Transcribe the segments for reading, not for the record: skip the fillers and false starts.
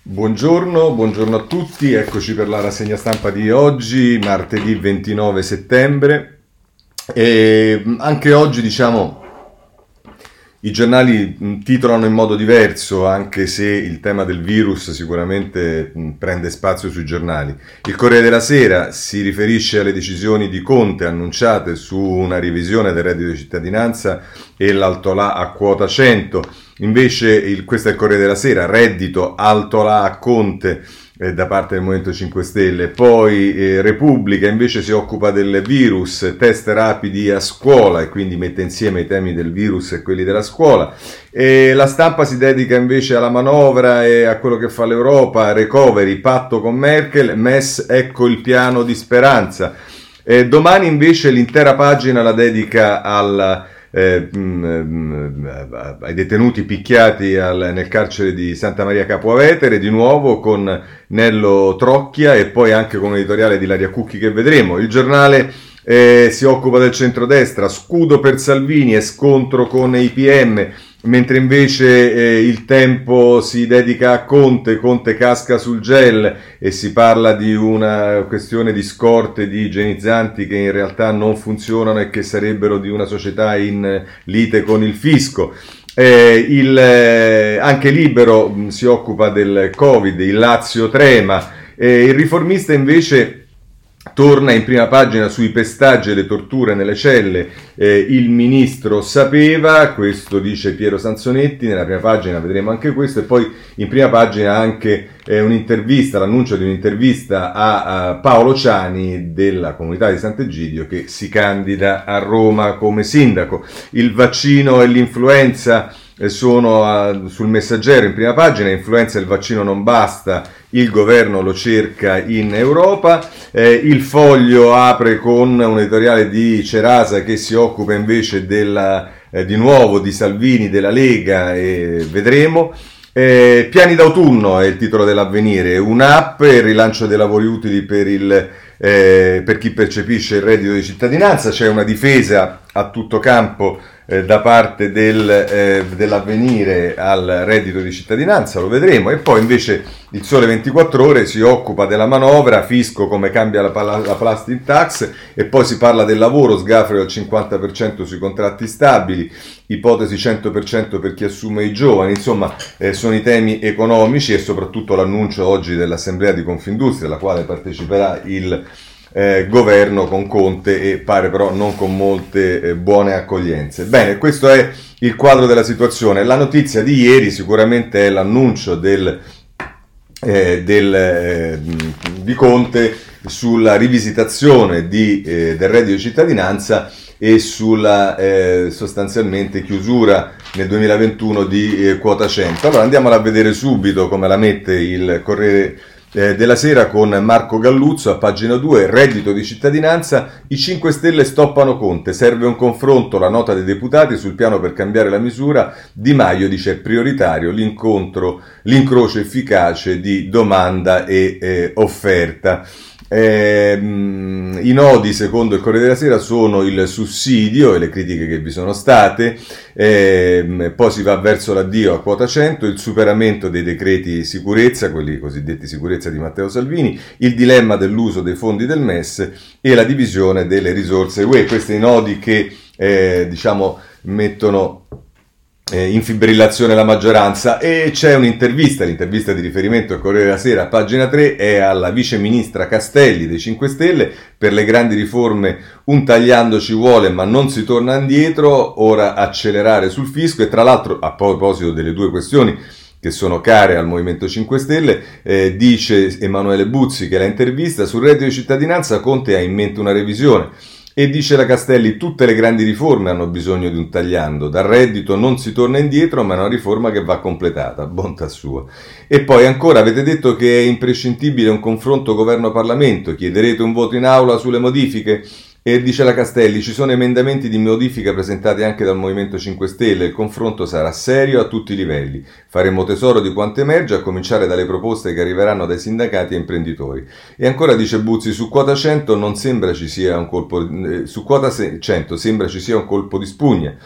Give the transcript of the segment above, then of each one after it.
Buongiorno a tutti, eccoci per la rassegna stampa di oggi, martedì 29 settembre. E anche oggi, i giornali titolano in modo diverso, anche se il tema del virus sicuramente prende spazio sui giornali. Il Corriere della Sera si riferisce alle decisioni di Conte annunciate su una revisione del reddito di cittadinanza e l'altolà a quota 100. Invece, questo è il Corriere della Sera, reddito altolà a Conte da parte del Movimento 5 Stelle. Poi Repubblica invece si occupa del virus, test rapidi a scuola, e quindi mette insieme i temi del virus e quelli della scuola. E la Stampa si dedica invece alla manovra e a quello che fa l'Europa, recovery, patto con Merkel, MES, ecco il piano di speranza. Domani invece l'intera pagina la dedica ai detenuti picchiati nel carcere di Santa Maria Capua Vetere, di nuovo con Nello Trocchia, e poi anche con un editoriale di Ilaria Cucchi che vedremo. Il Giornale si occupa del centrodestra, scudo per Salvini e scontro con i PM, mentre invece il Tempo si dedica a Conte casca sul gel e si parla di una questione di scorte di igienizzanti che in realtà non funzionano e che sarebbero di una società in lite con il fisco. Anche Libero si occupa del Covid, il Lazio trema, il Riformista invece torna in prima pagina sui pestaggi e le torture nelle celle. Il ministro sapeva, questo dice Piero Sansonetti, nella prima pagina vedremo anche questo, e poi in prima pagina anche un'intervista, l'annuncio di un'intervista a Paolo Ciani della comunità di Sant'Egidio che si candida a Roma come sindaco. Il vaccino e l'influenza sono sul Messaggero in prima pagina, influenza e il vaccino non basta, il governo lo cerca in Europa. Il Foglio apre con un editoriale di Cerasa che si occupa invece di nuovo di Salvini, della Lega, e vedremo. Piani d'autunno è il titolo dell'Avvenire, un'app e il rilancio dei lavori utili per chi percepisce il reddito di cittadinanza. C'è una difesa a tutto campo da parte dell'Avvenire al reddito di cittadinanza, lo vedremo. E poi invece il Sole 24 Ore si occupa della manovra, fisco come cambia la plastic tax, e poi si parla del lavoro, sgafero al 50% sui contratti stabili, ipotesi 100% per chi assume i giovani. Insomma, sono i temi economici e soprattutto l'annuncio oggi dell'Assemblea di Confindustria, alla quale parteciperà il governo con Conte, e pare però non con molte buone accoglienze. Bene, questo è il quadro della situazione. La notizia di ieri sicuramente è l'annuncio di Conte sulla rivisitazione del reddito di cittadinanza e sulla sostanzialmente chiusura nel 2021 di quota 100. Allora andiamola a vedere subito come la mette il Corriere della Sera con Marco Galluzzo a pagina 2, reddito di cittadinanza, i 5 Stelle stoppano Conte, serve un confronto, la nota dei deputati sul piano per cambiare la misura. Di Maio dice è prioritario l'incrocio efficace di domanda e offerta. I nodi, secondo il Corriere della Sera, sono il sussidio e le critiche che vi sono state, poi si va verso l'addio a quota 100, il superamento dei decreti sicurezza, quelli cosiddetti sicurezza di Matteo Salvini, il dilemma dell'uso dei fondi del MES e la divisione delle risorse UE. Questi i nodi che mettono in fibrillazione la maggioranza. E c'è l'intervista di riferimento al Corriere della Sera, pagina 3, è alla vice ministra Castelli dei 5 Stelle. Per le grandi riforme un tagliando ci vuole, ma non si torna indietro, ora accelerare sul fisco. E tra l'altro, a proposito delle due questioni che sono care al Movimento 5 Stelle, dice Emanuele Buzzi, che la intervista sul reddito di cittadinanza, Conte ha in mente una revisione. E dice la Castelli, tutte le grandi riforme hanno bisogno di un tagliando, dal reddito non si torna indietro, ma è una riforma che va completata, bontà sua. E poi ancora, avete detto che è imprescindibile un confronto governo-Parlamento, chiederete un voto in aula sulle modifiche? E dice la Castelli, ci sono emendamenti di modifica presentati anche dal Movimento 5 Stelle, il confronto sarà serio a tutti i livelli, faremo tesoro di quanto emerge, a cominciare dalle proposte che arriveranno dai sindacati e imprenditori. E ancora dice Buzzi, su quota 100 non sembra ci sia un colpo, su quota 100 sembra ci sia un colpo di spugna.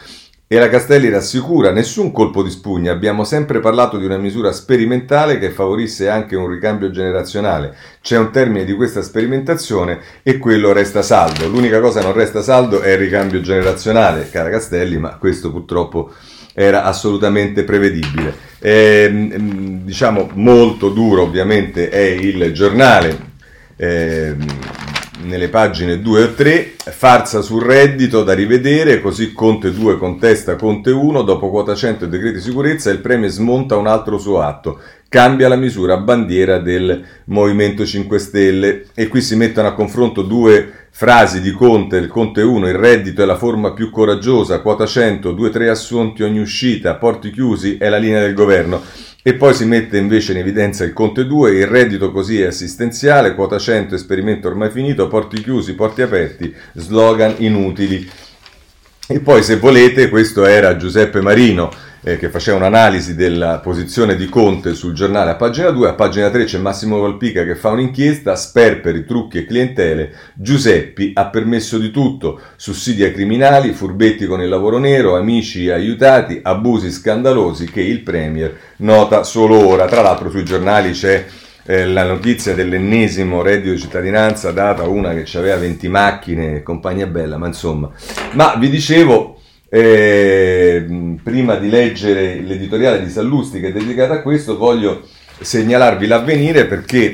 E la Castelli rassicura: nessun colpo di spugna, abbiamo sempre parlato di una misura sperimentale che favorisse anche un ricambio generazionale. C'è un termine di questa sperimentazione e quello resta saldo. L'unica cosa che non resta saldo è il ricambio generazionale, cara Castelli, ma questo purtroppo era assolutamente prevedibile. Diciamo molto duro ovviamente è il Giornale, nelle pagine 2 o 3, farsa sul reddito da rivedere, così Conte 2 contesta Conte 1, dopo quota 100 e decreti sicurezza il Premier smonta un altro suo atto, cambia la misura bandiera del Movimento 5 Stelle, e qui si mettono a confronto due frasi di Conte, il Conte 1, il reddito è la forma più coraggiosa, quota 100, 2-3 assunti ogni uscita, porti chiusi è la linea del governo. E poi si mette invece in evidenza il Conte 2, il reddito così è assistenziale, quota 100, esperimento ormai finito, porti chiusi, porti aperti, slogan inutili. E poi, se volete, questo era Giuseppe Marino, che faceva un'analisi della posizione di Conte sul Giornale a pagina 2, a pagina 3 c'è Massimo Volpica che fa un'inchiesta, sperperi, trucchi e clientele, Giuseppi ha permesso di tutto, sussidi ai criminali, furbetti con il lavoro nero, amici aiutati, abusi scandalosi che il Premier nota solo ora. Tra l'altro sui giornali c'è la notizia dell'ennesimo reddito di cittadinanza data una che aveva 20 macchine e compagnia bella, ma insomma. Ma vi dicevo, prima di leggere l'editoriale di Sallusti che è dedicato a questo, voglio segnalarvi l'Avvenire, perché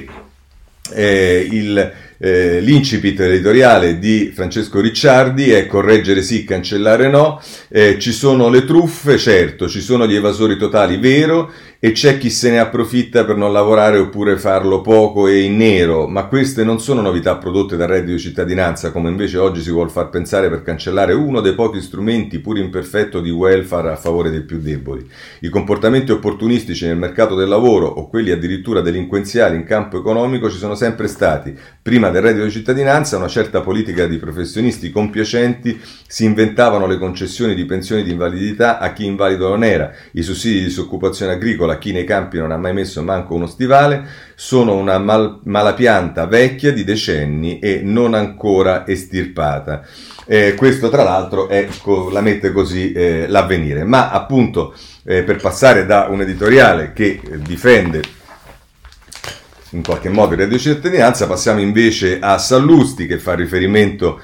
l'incipit editoriale di Francesco Ricciardi è correggere sì, cancellare no, ci sono le truffe, certo, ci sono gli evasori totali, vero, e c'è chi se ne approfitta per non lavorare oppure farlo poco e in nero, ma queste non sono novità prodotte dal reddito di cittadinanza, come invece oggi si vuol far pensare per cancellare uno dei pochi strumenti pur imperfetto di welfare a favore dei più deboli. I comportamenti opportunistici nel mercato del lavoro o quelli addirittura delinquenziali in campo economico ci sono sempre stati. Prima del reddito di cittadinanza una certa politica di professionisti compiacenti si inventavano le concessioni di pensioni di invalidità a chi invalido non era, i sussidi di disoccupazione agricola a chi nei campi non ha mai messo manco uno stivale, sono una malapianta vecchia di decenni e non ancora estirpata. Questo tra l'altro la mette così l'Avvenire. Ma appunto, per passare da un editoriale che difende in qualche modo il reddito di cittadinanza, passiamo invece a Sallusti, che fa riferimento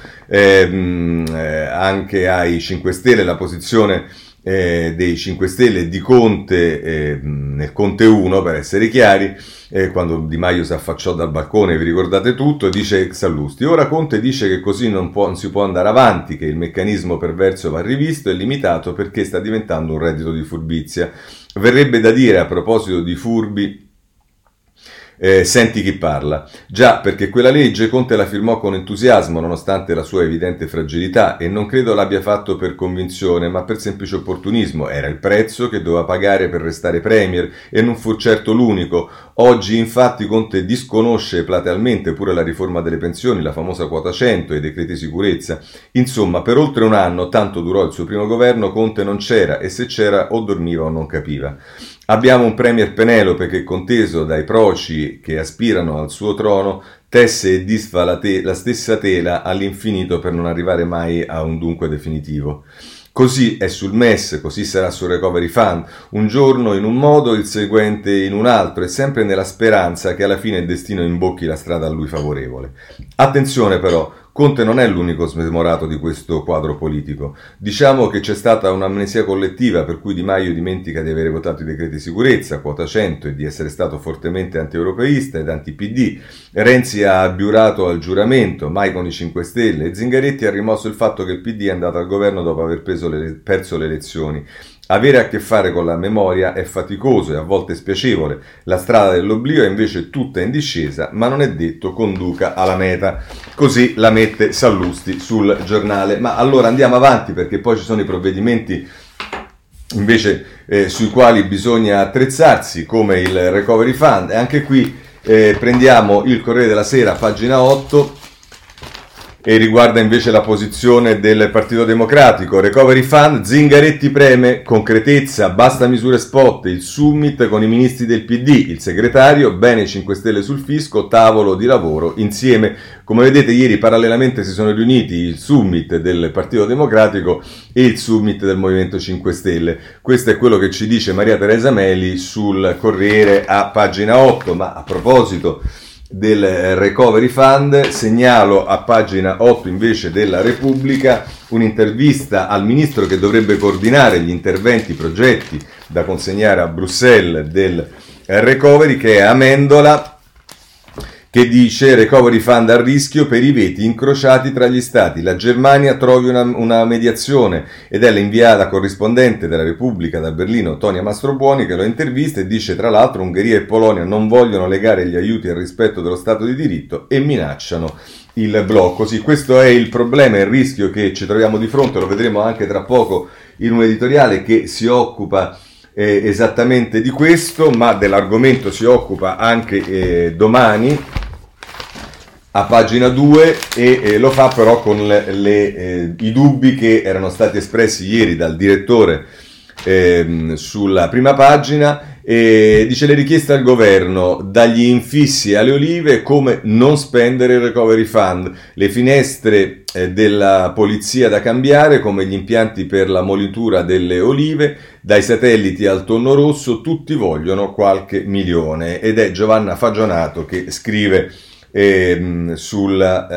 anche ai 5 Stelle, la posizione dei 5 Stelle di Conte nel Conte 1, per essere chiari, quando Di Maio si affacciò dal balcone, vi ricordate tutto, dice Sallusti: ora Conte dice che così non si può andare avanti, che il meccanismo perverso va rivisto e limitato perché sta diventando un reddito di furbizia. Verrebbe da dire, a proposito di furbi, senti chi parla. Già, perché quella legge Conte la firmò con entusiasmo nonostante la sua evidente fragilità, e non credo l'abbia fatto per convinzione ma per semplice opportunismo. Era il prezzo che doveva pagare per restare premier e non fu certo l'unico. Oggi infatti Conte disconosce platealmente pure la riforma delle pensioni, la famosa quota 100 e i decreti sicurezza. Insomma, per oltre un anno, tanto durò il suo primo governo, Conte non c'era, e se c'era o dormiva o non capiva. Abbiamo un premier Penelope che, conteso dai proci che aspirano al suo trono, tesse e disfa la stessa tela all'infinito per non arrivare mai a un dunque definitivo. Così è sul MES, così sarà sul Recovery Fund, un giorno in un modo, il seguente in un altro, e sempre nella speranza che alla fine il destino imbocchi la strada a lui favorevole. Attenzione però, Conte non è l'unico smemorato di questo quadro politico. Diciamo che c'è stata un'amnesia collettiva per cui Di Maio dimentica di avere votato i decreti sicurezza, quota 100, e di essere stato fortemente anti-europeista ed anti-PD. Renzi ha abbiurato al giuramento, mai con i 5 Stelle, e Zingaretti ha rimosso il fatto che il PD è andato al governo dopo aver perso le elezioni. Avere a che fare con la memoria è faticoso e a volte spiacevole. La strada dell'oblio è invece tutta in discesa, ma non è detto conduca alla meta. Così la mette Sallusti sul Giornale. Ma allora andiamo avanti, perché poi ci sono i provvedimenti invece sui quali bisogna attrezzarsi, come il Recovery Fund. E anche qui prendiamo il Corriere della Sera, pagina 8. e riguarda invece la posizione del Partito Democratico. Recovery Fund, Zingaretti preme, concretezza, basta misure spot, il summit con i ministri del PD, il segretario, bene 5 Stelle sul fisco, tavolo di lavoro insieme. Come vedete ieri parallelamente si sono riuniti il summit del Partito Democratico e il summit del Movimento 5 Stelle. Questo è quello che ci dice Maria Teresa Meli sul Corriere a pagina 8, ma a proposito del Recovery Fund segnalo a pagina 8 invece della Repubblica un'intervista al ministro che dovrebbe coordinare gli interventi, i progetti da consegnare a Bruxelles del Recovery, che è Amendola, che dice Recovery Fund a rischio per i veti incrociati tra gli stati. La Germania trovi una mediazione, ed è l'inviata corrispondente della Repubblica da Berlino, Tonia Mastrobuoni, che lo intervista e dice tra l'altro Ungheria e Polonia non vogliono legare gli aiuti al rispetto dello Stato di diritto e minacciano il blocco. Sì, questo è il problema, il rischio che ci troviamo di fronte, lo vedremo anche tra poco in un editoriale che si occupa esattamente di questo, ma dell'argomento si occupa anche domani a pagina 2 e lo fa però con i dubbi che erano stati espressi ieri dal direttore sulla prima pagina. Dice le richieste al governo, dagli infissi alle olive, come non spendere il Recovery Fund, le finestre della polizia da cambiare, come gli impianti per la molitura delle olive, dai satelliti al tonno rosso, tutti vogliono qualche milione. Ed è Giovanna Fagionato che scrive sul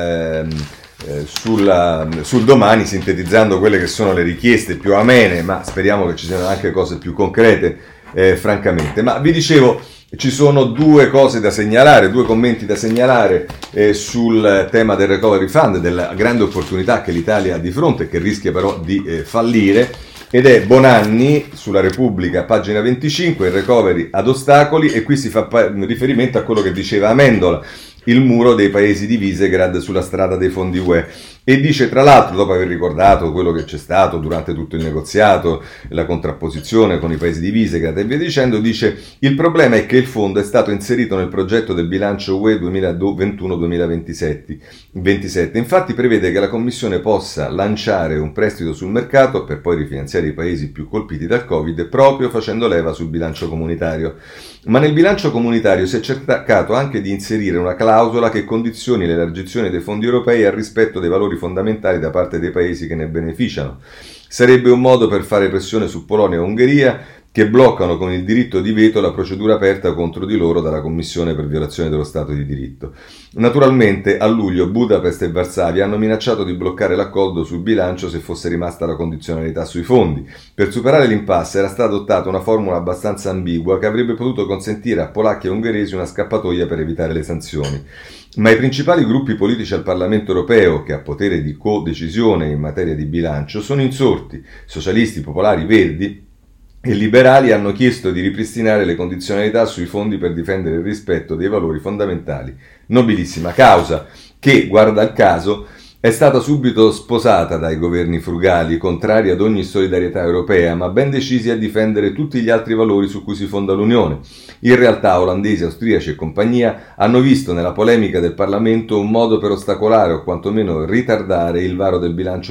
Domani, sintetizzando quelle che sono le richieste più amene, ma speriamo che ci siano anche cose più concrete, francamente. Ma vi dicevo, ci sono due cose da segnalare, due commenti da segnalare sul tema del Recovery Fund, della grande opportunità che l'Italia ha di fronte e che rischia però di fallire. Ed è Bonanni sulla Repubblica, pagina 25, il recovery ad ostacoli, e qui si fa riferimento a quello che diceva Amendola, il muro dei paesi di Visegrad sulla strada dei fondi UE, e dice tra l'altro, dopo aver ricordato quello che c'è stato durante tutto il negoziato, la contrapposizione con i paesi di Visegrad e via dicendo, dice il problema è che il fondo è stato inserito nel progetto del bilancio UE 2021-2027, infatti prevede che la Commissione possa lanciare un prestito sul mercato per poi rifinanziare i paesi più colpiti dal Covid, proprio facendo leva sul bilancio comunitario. Ma nel bilancio comunitario si è cercato anche di inserire una clausola che condizioni l'elargizione dei fondi europei al rispetto dei valori fondamentali da parte dei paesi che ne beneficiano. Sarebbe un modo per fare pressione su Polonia e Ungheria, che bloccano con il diritto di veto la procedura aperta contro di loro dalla Commissione per violazione dello Stato di diritto. Naturalmente, a luglio Budapest e Varsavia hanno minacciato di bloccare l'accordo sul bilancio se fosse rimasta la condizionalità sui fondi. Per superare l'impasse era stata adottata una formula abbastanza ambigua che avrebbe potuto consentire a polacchi e ungheresi una scappatoia per evitare le sanzioni. Ma i principali gruppi politici al Parlamento europeo, che ha potere di co-decisione in materia di bilancio, sono insorti. Socialisti, popolari, verdi e liberali hanno chiesto di ripristinare le condizionalità sui fondi per difendere il rispetto dei valori fondamentali. Nobilissima causa che, guarda il caso, è stata subito sposata dai governi frugali, contrari ad ogni solidarietà europea, ma ben decisi a difendere tutti gli altri valori su cui si fonda l'Unione. In realtà olandesi, austriaci e compagnia hanno visto nella polemica del Parlamento un modo per ostacolare o quantomeno ritardare il varo del bilancio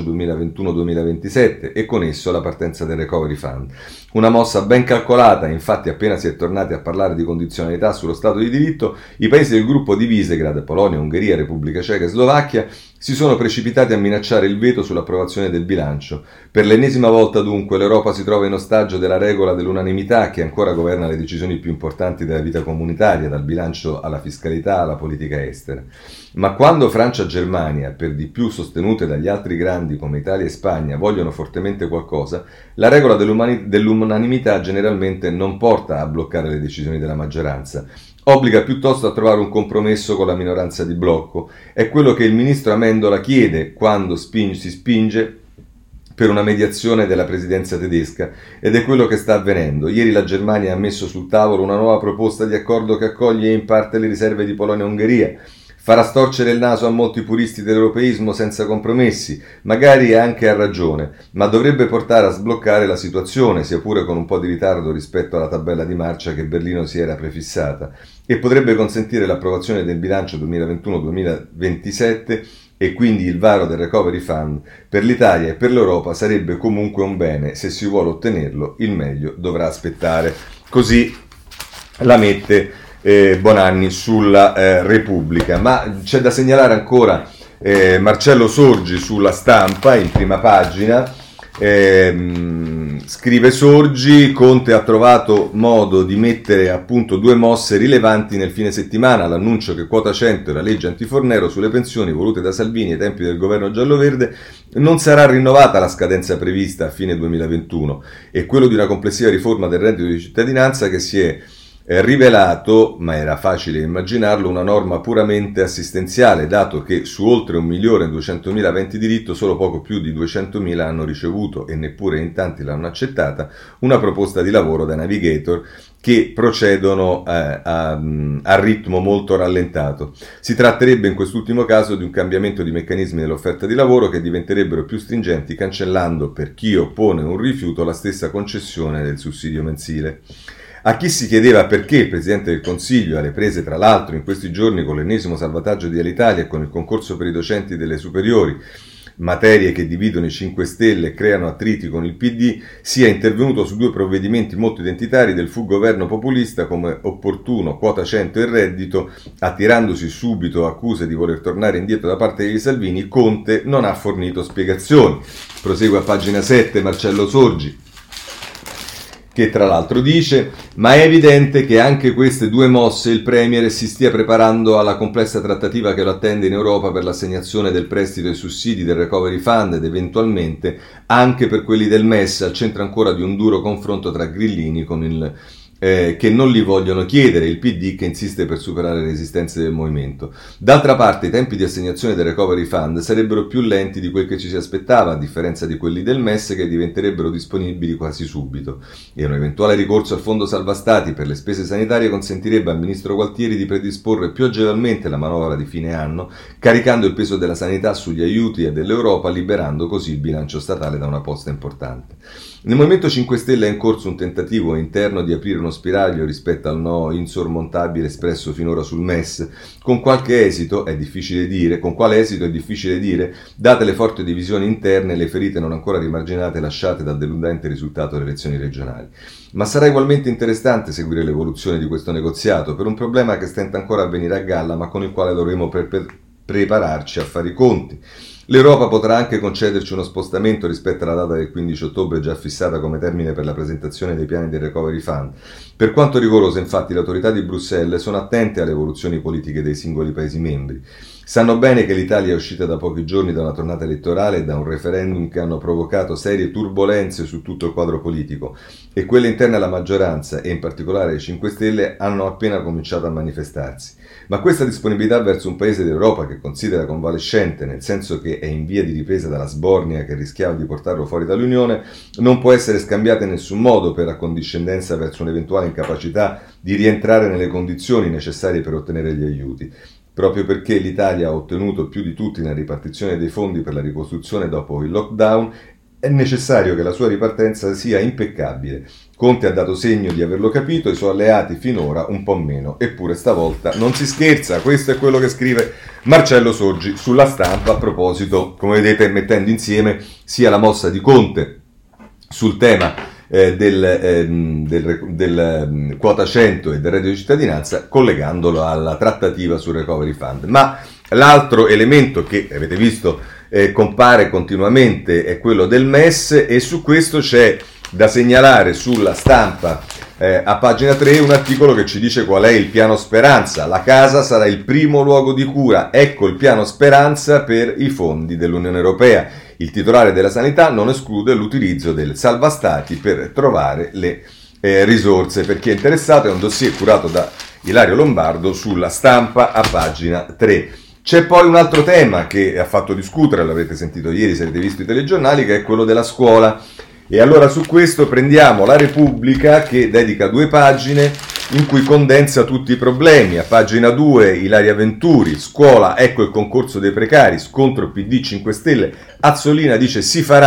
2021-2027 e con esso la partenza del Recovery Fund. Una mossa ben calcolata, infatti appena si è tornati a parlare di condizionalità sullo Stato di diritto, i paesi del gruppo di Visegrad, Polonia, Ungheria, Repubblica Ceca e Slovacchia, si sono precipitati a minacciare il veto sull'approvazione del bilancio. Per l'ennesima volta dunque l'Europa si trova in ostaggio della regola dell'unanimità che ancora governa le decisioni più importanti della vita comunitaria, dal bilancio alla fiscalità alla politica estera. Ma quando Francia e Germania, per di più sostenute dagli altri grandi come Italia e Spagna, vogliono fortemente qualcosa, la regola dell'unanimità generalmente non porta a bloccare le decisioni della maggioranza. Obbliga piuttosto a trovare un compromesso con la minoranza di blocco. È quello che il ministro Amendola chiede quando si spinge per una mediazione della presidenza tedesca, ed è quello che sta avvenendo. Ieri la Germania ha messo sul tavolo una nuova proposta di accordo che accoglie in parte le riserve di Polonia e Ungheria. Farà storcere il naso a molti puristi dell'europeismo senza compromessi, magari anche a ragione, ma dovrebbe portare a sbloccare la situazione, sia pure con un po' di ritardo rispetto alla tabella di marcia che Berlino si era prefissata, e potrebbe consentire l'approvazione del bilancio 2021-2027 e quindi il varo del Recovery Fund per l'Italia e per l'Europa sarebbe comunque un bene, se si vuole ottenerlo il meglio dovrà aspettare. Così la mette Bonanni sulla Repubblica. Ma c'è da segnalare ancora Marcello Sorgi sulla Stampa in prima pagina. Scrive Sorgi: Conte ha trovato modo di mettere a punto due mosse rilevanti nel fine settimana, l'annuncio che quota 100 e la legge antifornero sulle pensioni volute da Salvini ai tempi del governo giallo-verde non sarà rinnovata la scadenza prevista a fine 2021 e quello di una complessiva riforma del reddito di cittadinanza che si è rivelato, ma era facile immaginarlo, una norma puramente assistenziale, dato che su oltre 1.200.000 aventi diritto solo poco più di 200.000 hanno ricevuto, e neppure in tanti l'hanno accettata, una proposta di lavoro da navigator che procedono a ritmo molto rallentato. Si tratterebbe in quest'ultimo caso di un cambiamento di meccanismi dell'offerta di lavoro che diventerebbero più stringenti, cancellando per chi oppone un rifiuto la stessa concessione del sussidio mensile. A chi si chiedeva perché il Presidente del Consiglio, alle prese tra l'altro in questi giorni con l'ennesimo salvataggio di Alitalia e con il concorso per i docenti delle superiori, materie che dividono i 5 Stelle e creano attriti con il PD, sia intervenuto su due provvedimenti molto identitari del fu governo populista come opportuno quota 100 e reddito, attirandosi subito accuse di voler tornare indietro da parte degli Salvini, Conte non ha fornito spiegazioni. Prosegue a pagina 7 Marcello Sorgi, che tra l'altro dice: ma è evidente che anche queste due mosse il Premier si stia preparando alla complessa trattativa che lo attende in Europa per l'assegnazione del prestito e sussidi del Recovery Fund ed eventualmente anche per quelli del MES, al centro ancora di un duro confronto tra grillini con il che non li vogliono chiedere, il PD che insiste per superare le resistenze del movimento. D'altra parte i tempi di assegnazione del Recovery Fund sarebbero più lenti di quel che ci si aspettava, a differenza di quelli del MES che diventerebbero disponibili quasi subito, e un eventuale ricorso al fondo salva stati per le spese sanitarie consentirebbe al ministro Gualtieri di predisporre più agevolmente la manovra di fine anno, caricando il peso della sanità sugli aiuti e dell'Europa, liberando così il bilancio statale da una posta importante. Nel Movimento 5 Stelle è in corso un tentativo interno di aprire uno spiraglio rispetto al no insormontabile espresso finora sul MES. Con quale esito è difficile dire, date le forti divisioni interne e le ferite non ancora rimarginate lasciate dal deludente risultato delle elezioni regionali. Ma sarà ugualmente interessante seguire l'evoluzione di questo negoziato per un problema che stenta ancora a venire a galla, ma con il quale dovremo prepararci a fare i conti. L'Europa potrà anche concederci uno spostamento rispetto alla data del 15 ottobre già fissata come termine per la presentazione dei piani del Recovery Fund. Per quanto rigorose, infatti, le autorità di Bruxelles sono attente alle evoluzioni politiche dei singoli Paesi membri. Sanno bene che l'Italia è uscita da pochi giorni da una tornata elettorale e da un referendum che hanno provocato serie turbolenze su tutto il quadro politico, e quelle interne alla maggioranza, e in particolare ai 5 Stelle, hanno appena cominciato a manifestarsi. Ma questa disponibilità verso un paese d'Europa che considera convalescente, nel senso che è in via di ripresa dalla sbornia che rischiava di portarlo fuori dall'Unione, non può essere scambiata in nessun modo per accondiscendenza verso un'eventuale incapacità di rientrare nelle condizioni necessarie per ottenere gli aiuti. Proprio perché l'Italia ha ottenuto più di tutti la ripartizione dei fondi per la ricostruzione dopo il lockdown, è necessario che la sua ripartenza sia impeccabile. Conte ha dato segno di averlo capito, i suoi alleati finora un po' meno, eppure stavolta non si scherza. Questo è quello che scrive Marcello Sorgi sulla Stampa, a proposito, come vedete, mettendo insieme sia la mossa di Conte sul tema del quota 100 e del reddito di cittadinanza, collegandolo alla trattativa sul Recovery Fund. Ma l'altro elemento che avete visto compare continuamente è quello del MES, e su questo c'è da segnalare sulla Stampa a pagina 3 un articolo che ci dice qual è il piano Speranza. La casa sarà il primo luogo di cura, ecco il piano Speranza per i fondi dell'Unione Europea. Il titolare della sanità non esclude l'utilizzo del salva stati per trovare le risorse. Per chi è interessato, è un dossier curato da Ilario Lombardo sulla Stampa a pagina 3. C'è poi un altro tema che ha fatto discutere, l'avrete sentito ieri se avete visto i telegiornali, che è quello della scuola. E allora su questo prendiamo la Repubblica, che dedica 2 pagine in cui condensa tutti i problemi. A pagina 2 Ilaria Venturi: scuola, ecco il concorso dei precari, scontro PD 5 Stelle. Azzolina dice si farà,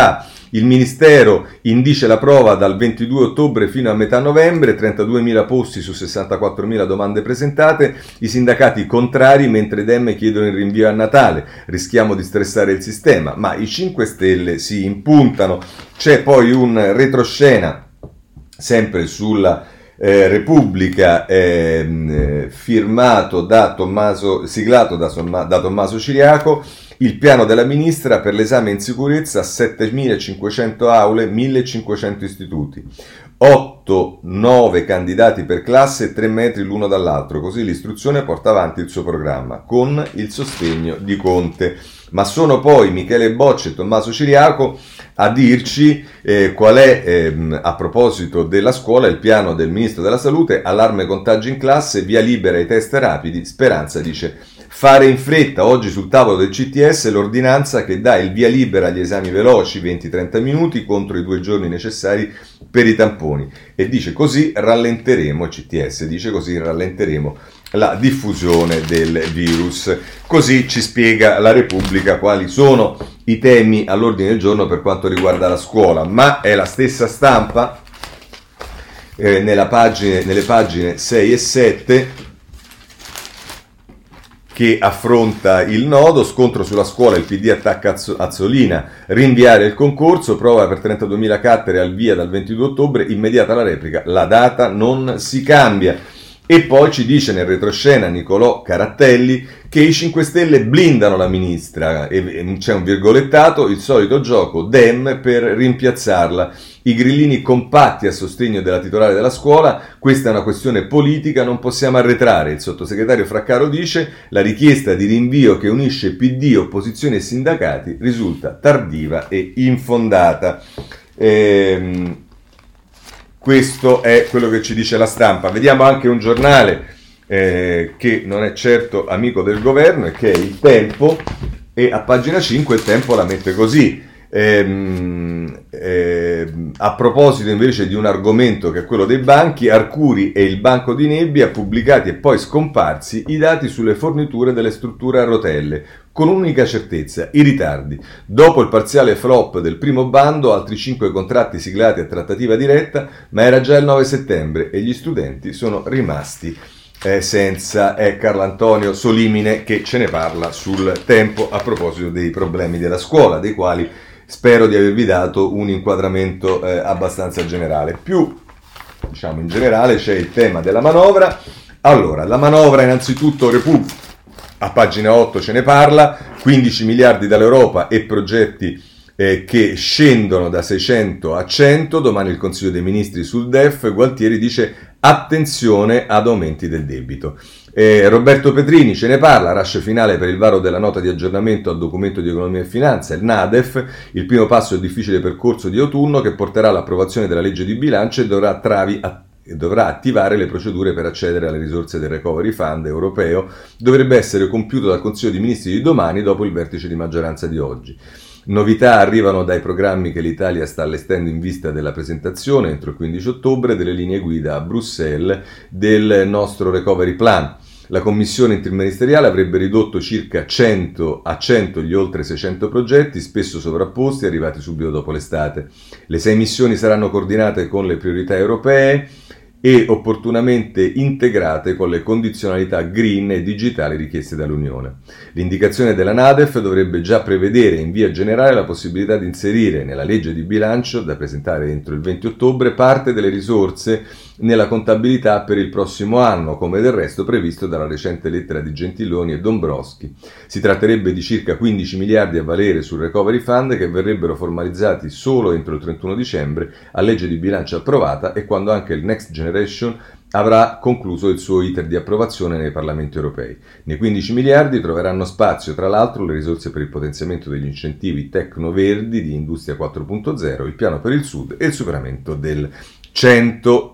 Il Ministero indice la prova dal 22 ottobre fino a metà novembre, 32.000 posti su 64.000 domande presentate, i sindacati contrari mentre Dem chiedono il rinvio a Natale, rischiamo di stressare il sistema, ma i 5 Stelle si impuntano. C'è poi un retroscena sempre sulla Repubblica, siglato da Tommaso Ciriaco, il piano della ministra per l'esame in sicurezza, 7.500 aule, 1.500 istituti, 8-9 candidati per classe, 3 metri l'uno dall'altro, così l'istruzione porta avanti il suo programma, con il sostegno di Conte. Ma sono poi Michele Bocci e Tommaso Ciriaco a dirci qual è, a proposito della scuola, il piano del Ministro della Salute, allarme contagi in classe, via libera ai test rapidi, Speranza dice fare in fretta, oggi sul tavolo del CTS l'ordinanza che dà il via libera agli esami veloci, 20-30 minuti contro i 2 giorni necessari per i tamponi, e dice così rallenteremo, CTS dice così rallenteremo la diffusione del virus. Così ci spiega la Repubblica quali sono i temi all'ordine del giorno per quanto riguarda la scuola, ma è la stessa stampa nelle pagine 6 e 7 che affronta il nodo, scontro sulla scuola, il PD attacca Azzolina, rinviare il concorso, prova per 32.000 cattedre al via dal 22 ottobre, immediata la replica, la data non si cambia. E poi ci dice nel retroscena Nicolò Carattelli che i 5 Stelle blindano la ministra, e c'è un virgolettato, il solito gioco Dem per rimpiazzarla. I grillini compatti a sostegno della titolare della scuola, questa è una questione politica, non possiamo arretrare. Il sottosegretario Fraccaro dice la richiesta di rinvio che unisce PD, opposizione e sindacati risulta tardiva e infondata. Questo è quello che ci dice la stampa. Vediamo anche un giornale che non è certo amico del governo, e che è Il Tempo, e a pagina 5 Il Tempo la mette così. A proposito invece di un argomento che è quello dei banchi, Arcuri e il Banco di Nebbia pubblicati e poi scomparsi i dati sulle forniture delle strutture a rotelle, con un'unica certezza, i ritardi. Dopo il parziale flop del primo bando, altri 5 contratti siglati a trattativa diretta, ma era già il 9 settembre e gli studenti sono rimasti senza. È Carlo Antonio Solimine che ce ne parla sul Tempo a proposito dei problemi della scuola, dei quali spero di avervi dato un inquadramento abbastanza generale. Più, diciamo in generale, c'è il tema della manovra. Allora, la manovra innanzitutto a pagina 8 ce ne parla, 15 miliardi dall'Europa e progetti che scendono da 600 a 100, domani il Consiglio dei Ministri sul DEF, Gualtieri dice attenzione ad aumenti del debito. Roberto Petrini ce ne parla, rush finale per il varo della nota di aggiornamento al documento di economia e finanza, il NADEF, il primo passo del difficile percorso di autunno che porterà all'approvazione della legge di bilancio e dovrà attivare le procedure per accedere alle risorse del Recovery Fund europeo, dovrebbe essere compiuto dal Consiglio dei Ministri di domani dopo il vertice di maggioranza di oggi. Novità arrivano dai programmi che l'Italia sta allestendo in vista della presentazione entro il 15 ottobre delle linee guida a Bruxelles del nostro Recovery Plan. La commissione interministeriale avrebbe ridotto circa 100 a 100 gli oltre 600 progetti, spesso sovrapposti, arrivati subito dopo l'estate. Le 6 missioni saranno coordinate con le priorità europee e opportunamente integrate con le condizionalità green e digitali richieste dall'Unione. L'indicazione della NADEF dovrebbe già prevedere in via generale la possibilità di inserire nella legge di bilancio, da presentare entro il 20 ottobre, parte delle risorse nella contabilità per il prossimo anno, come del resto previsto dalla recente lettera di Gentiloni e Dombrovskis. Si tratterebbe di circa 15 miliardi a valere sul Recovery Fund che verrebbero formalizzati solo entro il 31 dicembre a legge di bilancio approvata e quando anche il Next Generation avrà concluso il suo iter di approvazione nei Parlamenti europei. Nei 15 miliardi troveranno spazio, tra l'altro, le risorse per il potenziamento degli incentivi tecnoverdi di Industria 4.0, il piano per il Sud e il superamento del 100%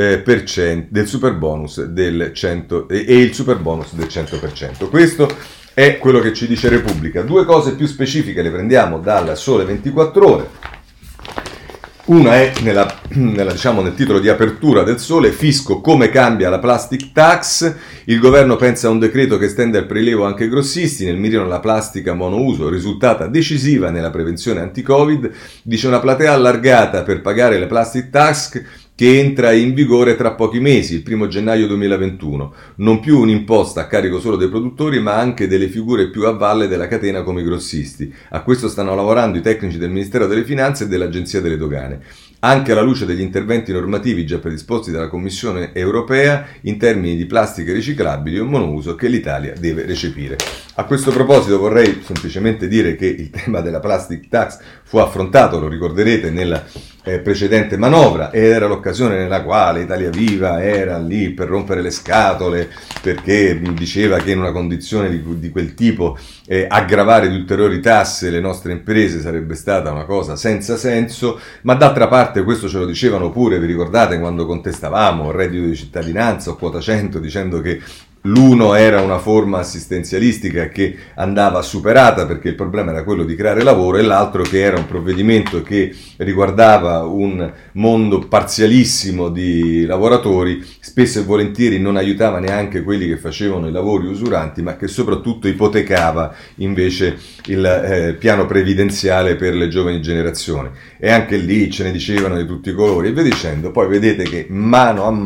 del superbonus del 100 e il superbonus del 100%. Questo è quello che ci dice Repubblica. Due cose più specifiche le prendiamo dal Sole 24 Ore. Una è diciamo, nel titolo di apertura del Sole: fisco, come cambia la plastic tax. Il governo pensa a un decreto che estende il prelievo anche ai grossisti, nel mirino la plastica monouso, risultata decisiva nella prevenzione anti-Covid. Dice una platea allargata per pagare la plastic tax che entra in vigore tra pochi mesi, il 1 gennaio 2021. Non più un'imposta a carico solo dei produttori, ma anche delle figure più a valle della catena come i grossisti. A questo stanno lavorando i tecnici del Ministero delle Finanze e dell'Agenzia delle Dogane. Anche alla luce degli interventi normativi già predisposti dalla Commissione europea in termini di plastiche riciclabili o monouso che l'Italia deve recepire. A questo proposito vorrei semplicemente dire che il tema della plastic tax fu affrontato, lo ricorderete, nella precedente manovra, ed era l'occasione nella quale Italia Viva era lì per rompere le scatole, perché diceva che in una condizione di quel tipo aggravare di ulteriori tasse le nostre imprese sarebbe stata una cosa senza senso, ma d'altra parte questo ce lo dicevano pure, vi ricordate, quando contestavamo il reddito di cittadinanza o quota 100, dicendo che l'uno era una forma assistenzialistica che andava superata perché il problema era quello di creare lavoro, e l'altro che era un provvedimento che riguardava un mondo parzialissimo di lavoratori, spesso e volentieri non aiutava neanche quelli che facevano i lavori usuranti, ma che soprattutto ipotecava invece il piano previdenziale per le giovani generazioni. E anche lì ce ne dicevano di tutti i colori e via dicendo. Poi vedete che mano a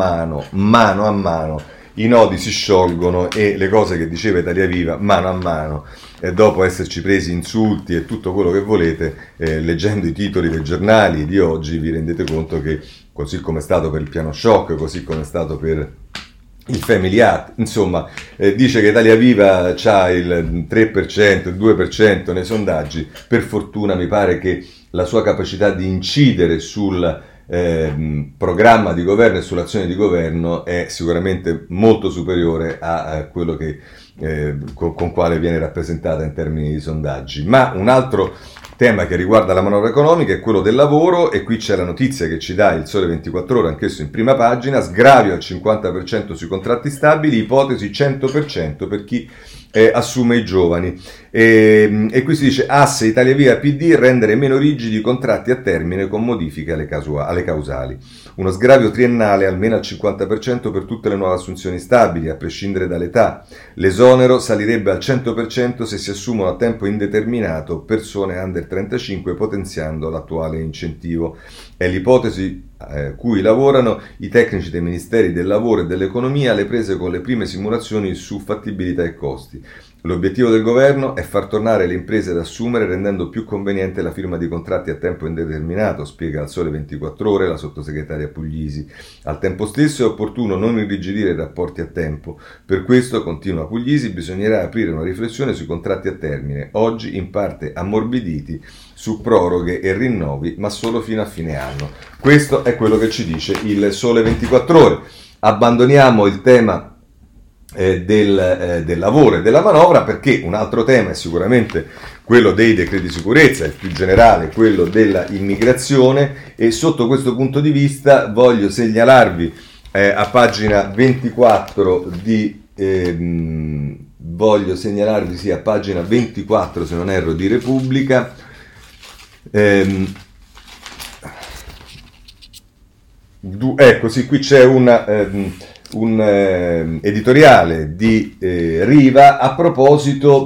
mano i nodi si sciolgono e le cose che diceva Italia Viva mano a mano, dopo esserci presi insulti e tutto quello che volete, leggendo i titoli dei giornali di oggi vi rendete conto che, così come è stato per il piano shock, così come è stato per il Family Act, insomma, dice che Italia Viva ha il 3%, il 2% nei sondaggi. Per fortuna mi pare che la sua capacità di incidere sul programma di governo e sull'azione di governo è sicuramente molto superiore a quello che con quale viene rappresentata in termini di sondaggi. Ma un altro tema che riguarda la manovra economica è quello del lavoro, e qui c'è la notizia che ci dà il Sole 24 Ore, anch'esso in prima pagina: sgravio al 50% sui contratti stabili, ipotesi 100% per chi assume i giovani. E qui si dice: asse Italia Viva PD, rendere meno rigidi i contratti a termine con modifiche alle causali. Uno sgravio triennale almeno al 50% per tutte le nuove assunzioni stabili, a prescindere dall'età. L'esonero salirebbe al 100% se si assumono a tempo indeterminato persone under 35, potenziando l'attuale incentivo. È l'ipotesi cui lavorano i tecnici dei Ministeri del Lavoro e dell'Economia, alle prese con le prime simulazioni su fattibilità e costi. L'obiettivo del governo è far tornare le imprese ad assumere, rendendo più conveniente la firma di contratti a tempo indeterminato, spiega al Sole 24 Ore la sottosegretaria Puglisi. Al tempo stesso è opportuno non irrigidire i rapporti a tempo. Per questo, continua Puglisi, bisognerà aprire una riflessione sui contratti a termine, oggi in parte ammorbiditi, su proroghe e rinnovi, ma solo fino a fine anno. Questo è quello che ci dice il Sole 24 Ore. Abbandoniamo il tema del lavoro e della manovra, perché un altro tema è sicuramente quello dei decreti sicurezza, e più generale quello della immigrazione, e sotto questo punto di vista voglio segnalarvi a pagina 24 a pagina 24, se non erro, di Repubblica, ecco sì, qui c'è un editoriale di Riva a proposito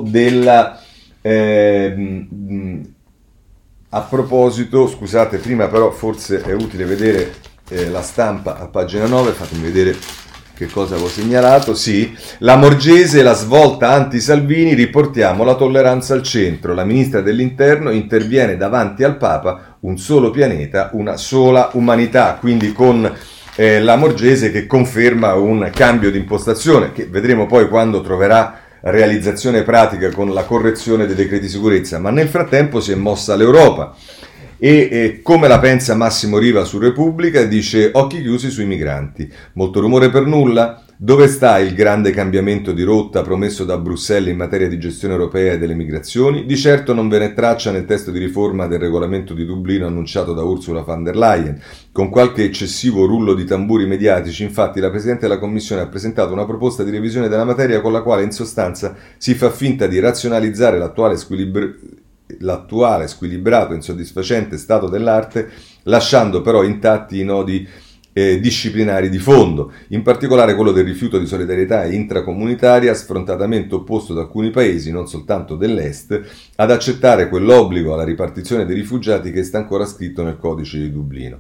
scusate, prima però forse è utile vedere la stampa a pagina 9, fatemi vedere che cosa avevo segnalato. Sì, la Morgese, la svolta anti-Salvini, riportiamo la tolleranza al centro. La ministra dell'Interno interviene davanti al Papa: un solo pianeta, una sola umanità. Quindi con la Morgese che conferma un cambio di impostazione, che vedremo poi quando troverà realizzazione pratica con la correzione dei decreti sicurezza. Ma nel frattempo si è mossa l'Europa. E come la pensa Massimo Riva su Repubblica? Dice: occhi chiusi sui migranti. Molto rumore per nulla? Dove sta il grande cambiamento di rotta promesso da Bruxelles in materia di gestione europea delle migrazioni? Di certo non ve ne è traccia nel testo di riforma del regolamento di Dublino annunciato da Ursula von der Leyen. Con qualche eccessivo rullo di tamburi mediatici, infatti, la Presidente della Commissione ha presentato una proposta di revisione della materia con la quale in sostanza si fa finta di razionalizzare l'attuale squilibrato e insoddisfacente stato dell'arte, lasciando però intatti i nodi disciplinari di fondo, in particolare quello del rifiuto di solidarietà intracomunitaria, sfrontatamente opposto da alcuni paesi, non soltanto dell'Est, ad accettare quell'obbligo alla ripartizione dei rifugiati che sta ancora scritto nel codice di Dublino.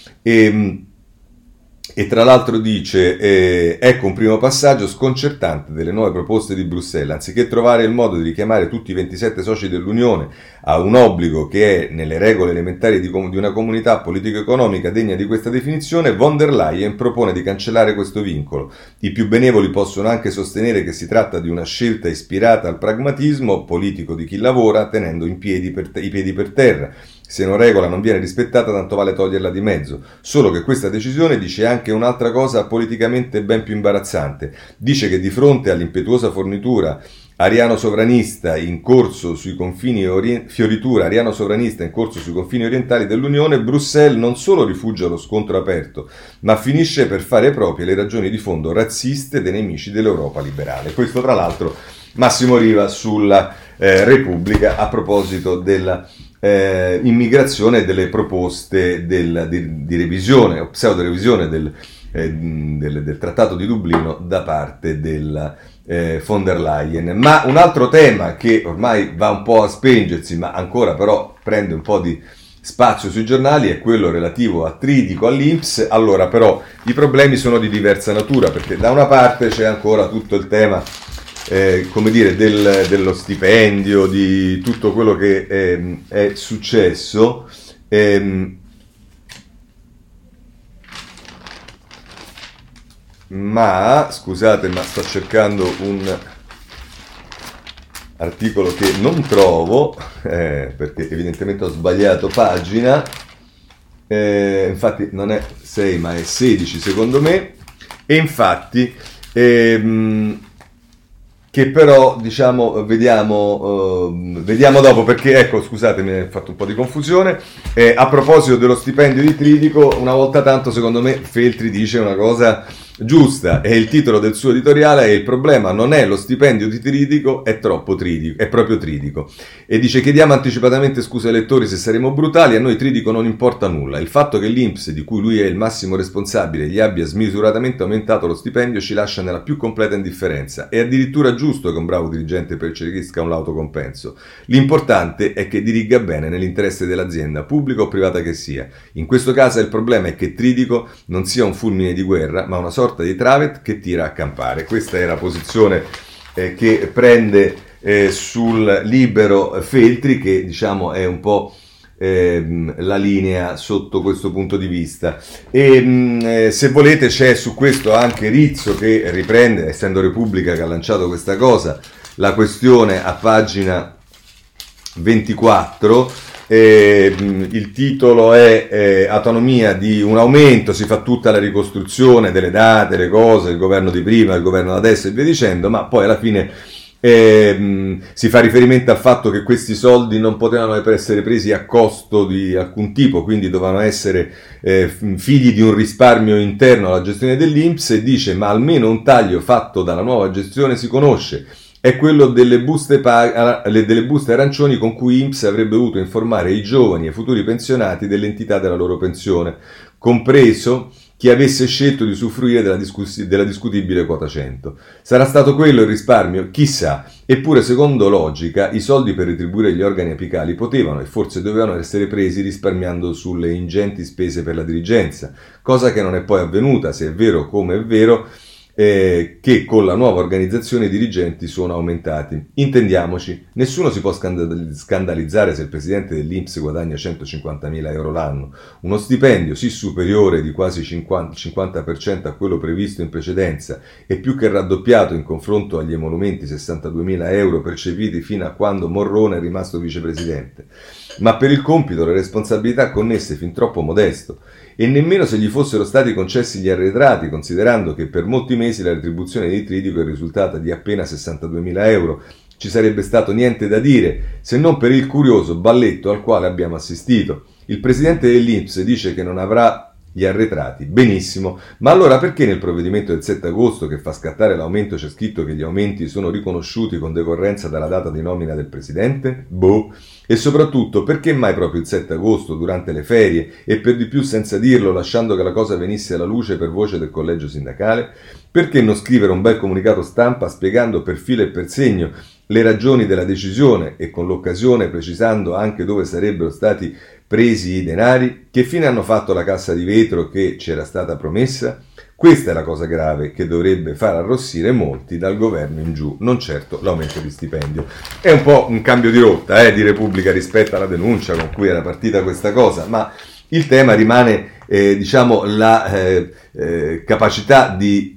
E tra l'altro dice, ecco un primo passaggio sconcertante delle nuove proposte di Bruxelles, anziché trovare il modo di richiamare tutti i 27 soci dell'Unione a un obbligo che è nelle regole elementari di una comunità politico-economica degna di questa definizione, von der Leyen propone di cancellare questo vincolo. I più benevoli possono anche sostenere che si tratta di una scelta ispirata al pragmatismo politico di chi lavora tenendo i piedi per terra. Se una regola non viene rispettata, tanto vale toglierla di mezzo. Solo che questa decisione dice anche un'altra cosa politicamente ben più imbarazzante. Dice che di fronte all'impetuosa fornitura ariano-sovranista in corso sui confini ariano-sovranista in corso sui confini orientali dell'Unione, Bruxelles non solo rifugia lo scontro aperto, ma finisce per fare proprie le ragioni di fondo razziste dei nemici dell'Europa liberale. Questo tra l'altro Massimo Riva sulla Repubblica a proposito della immigrazione e delle proposte di revisione o pseudo revisione del Trattato di Dublino da parte della von der Leyen. Ma un altro tema che ormai va un po' a spengersi, ma ancora però prende un po' di spazio sui giornali, è quello relativo a Tridico, all'INPS. Allora però i problemi sono di diversa natura, perché da una parte c'è ancora tutto il tema come dire, dello stipendio, di tutto quello che è successo. Ma scusate, ma sto cercando un articolo che non trovo, perché evidentemente ho sbagliato pagina. Infatti non è 6 ma è 16 secondo me, e infatti che però diciamo vediamo dopo, perché ecco, scusate, mi è fatto un po' di confusione. A proposito dello stipendio di Tridico, una volta tanto secondo me Feltri dice una cosa giusta, e il titolo del suo editoriale è: il problema non è lo stipendio di Tridico, è proprio Tridico, e dice: chiediamo anticipatamente scusa ai lettori se saremo brutali, a noi Tridico non importa nulla, il fatto che l'INPS, di cui lui è il massimo responsabile, gli abbia smisuratamente aumentato lo stipendio ci lascia nella più completa indifferenza. È addirittura giusto che un bravo dirigente percepisca un lauto compenso, l'importante è che diriga bene nell'interesse dell'azienda, pubblica o privata che sia. In questo caso il problema è che Tridico non sia un fulmine di guerra, ma una sorta di travet che tira a campare. Questa è la posizione che prende sul Libero Feltri, che diciamo è un po' la linea sotto questo punto di vista. E se volete c'è su questo anche Rizzo che riprende, essendo Repubblica che ha lanciato questa cosa, la questione a pagina 24. Il titolo è autonomia di un aumento, si fa tutta la ricostruzione delle date, le cose, il governo di prima, il governo da adesso e via dicendo, ma poi alla fine si fa riferimento al fatto che questi soldi non potevano essere presi a costo di alcun tipo, quindi dovevano essere figli di un risparmio interno alla gestione dell'INPS, e dice: ma almeno un taglio fatto dalla nuova gestione si conosce. È quello delle buste arancioni con cui INPS avrebbe dovuto informare i giovani e futuri pensionati dell'entità della loro pensione, compreso chi avesse scelto di usufruire della discutibile quota 100. Sarà stato quello il risparmio? Chissà. Eppure, secondo logica, i soldi per retribuire gli organi apicali potevano e forse dovevano essere presi risparmiando sulle ingenti spese per la dirigenza, cosa che non è poi avvenuta, se è vero come è vero che con la nuova organizzazione i dirigenti sono aumentati. Intendiamoci, nessuno si può scandalizzare se il presidente dell'INPS guadagna 150.000 euro l'anno, uno stipendio sì superiore di quasi 50% a quello previsto in precedenza e più che raddoppiato in confronto agli emolumenti 62.000 euro percepiti fino a quando Morrone è rimasto vicepresidente, ma per il compito e le responsabilità connesse fin troppo modesto. E nemmeno se gli fossero stati concessi gli arretrati, considerando che per molti mesi la retribuzione di Tridico è risultata di appena 62.000 euro, ci sarebbe stato niente da dire, se non per il curioso balletto al quale abbiamo assistito. Il presidente dell'INPS dice che non avrà gli arretrati. Benissimo, ma allora perché nel provvedimento del 7 agosto che fa scattare l'aumento c'è scritto che gli aumenti sono riconosciuti con decorrenza dalla data di nomina del presidente? Boh. E soprattutto, perché mai proprio il 7 agosto, durante le ferie, e per di più senza dirlo, lasciando che la cosa venisse alla luce per voce del collegio sindacale? Perché non scrivere un bel comunicato stampa spiegando per filo e per segno le ragioni della decisione e con l'occasione precisando anche dove sarebbero stati presi i denari? Che fine hanno fatto la cassa di vetro che c'era stata promessa? Questa è la cosa grave che dovrebbe far arrossire molti dal governo in giù, non certo l'aumento di stipendio. È un po' un cambio di rotta di Repubblica rispetto alla denuncia con cui era partita questa cosa, ma il tema rimane la capacità di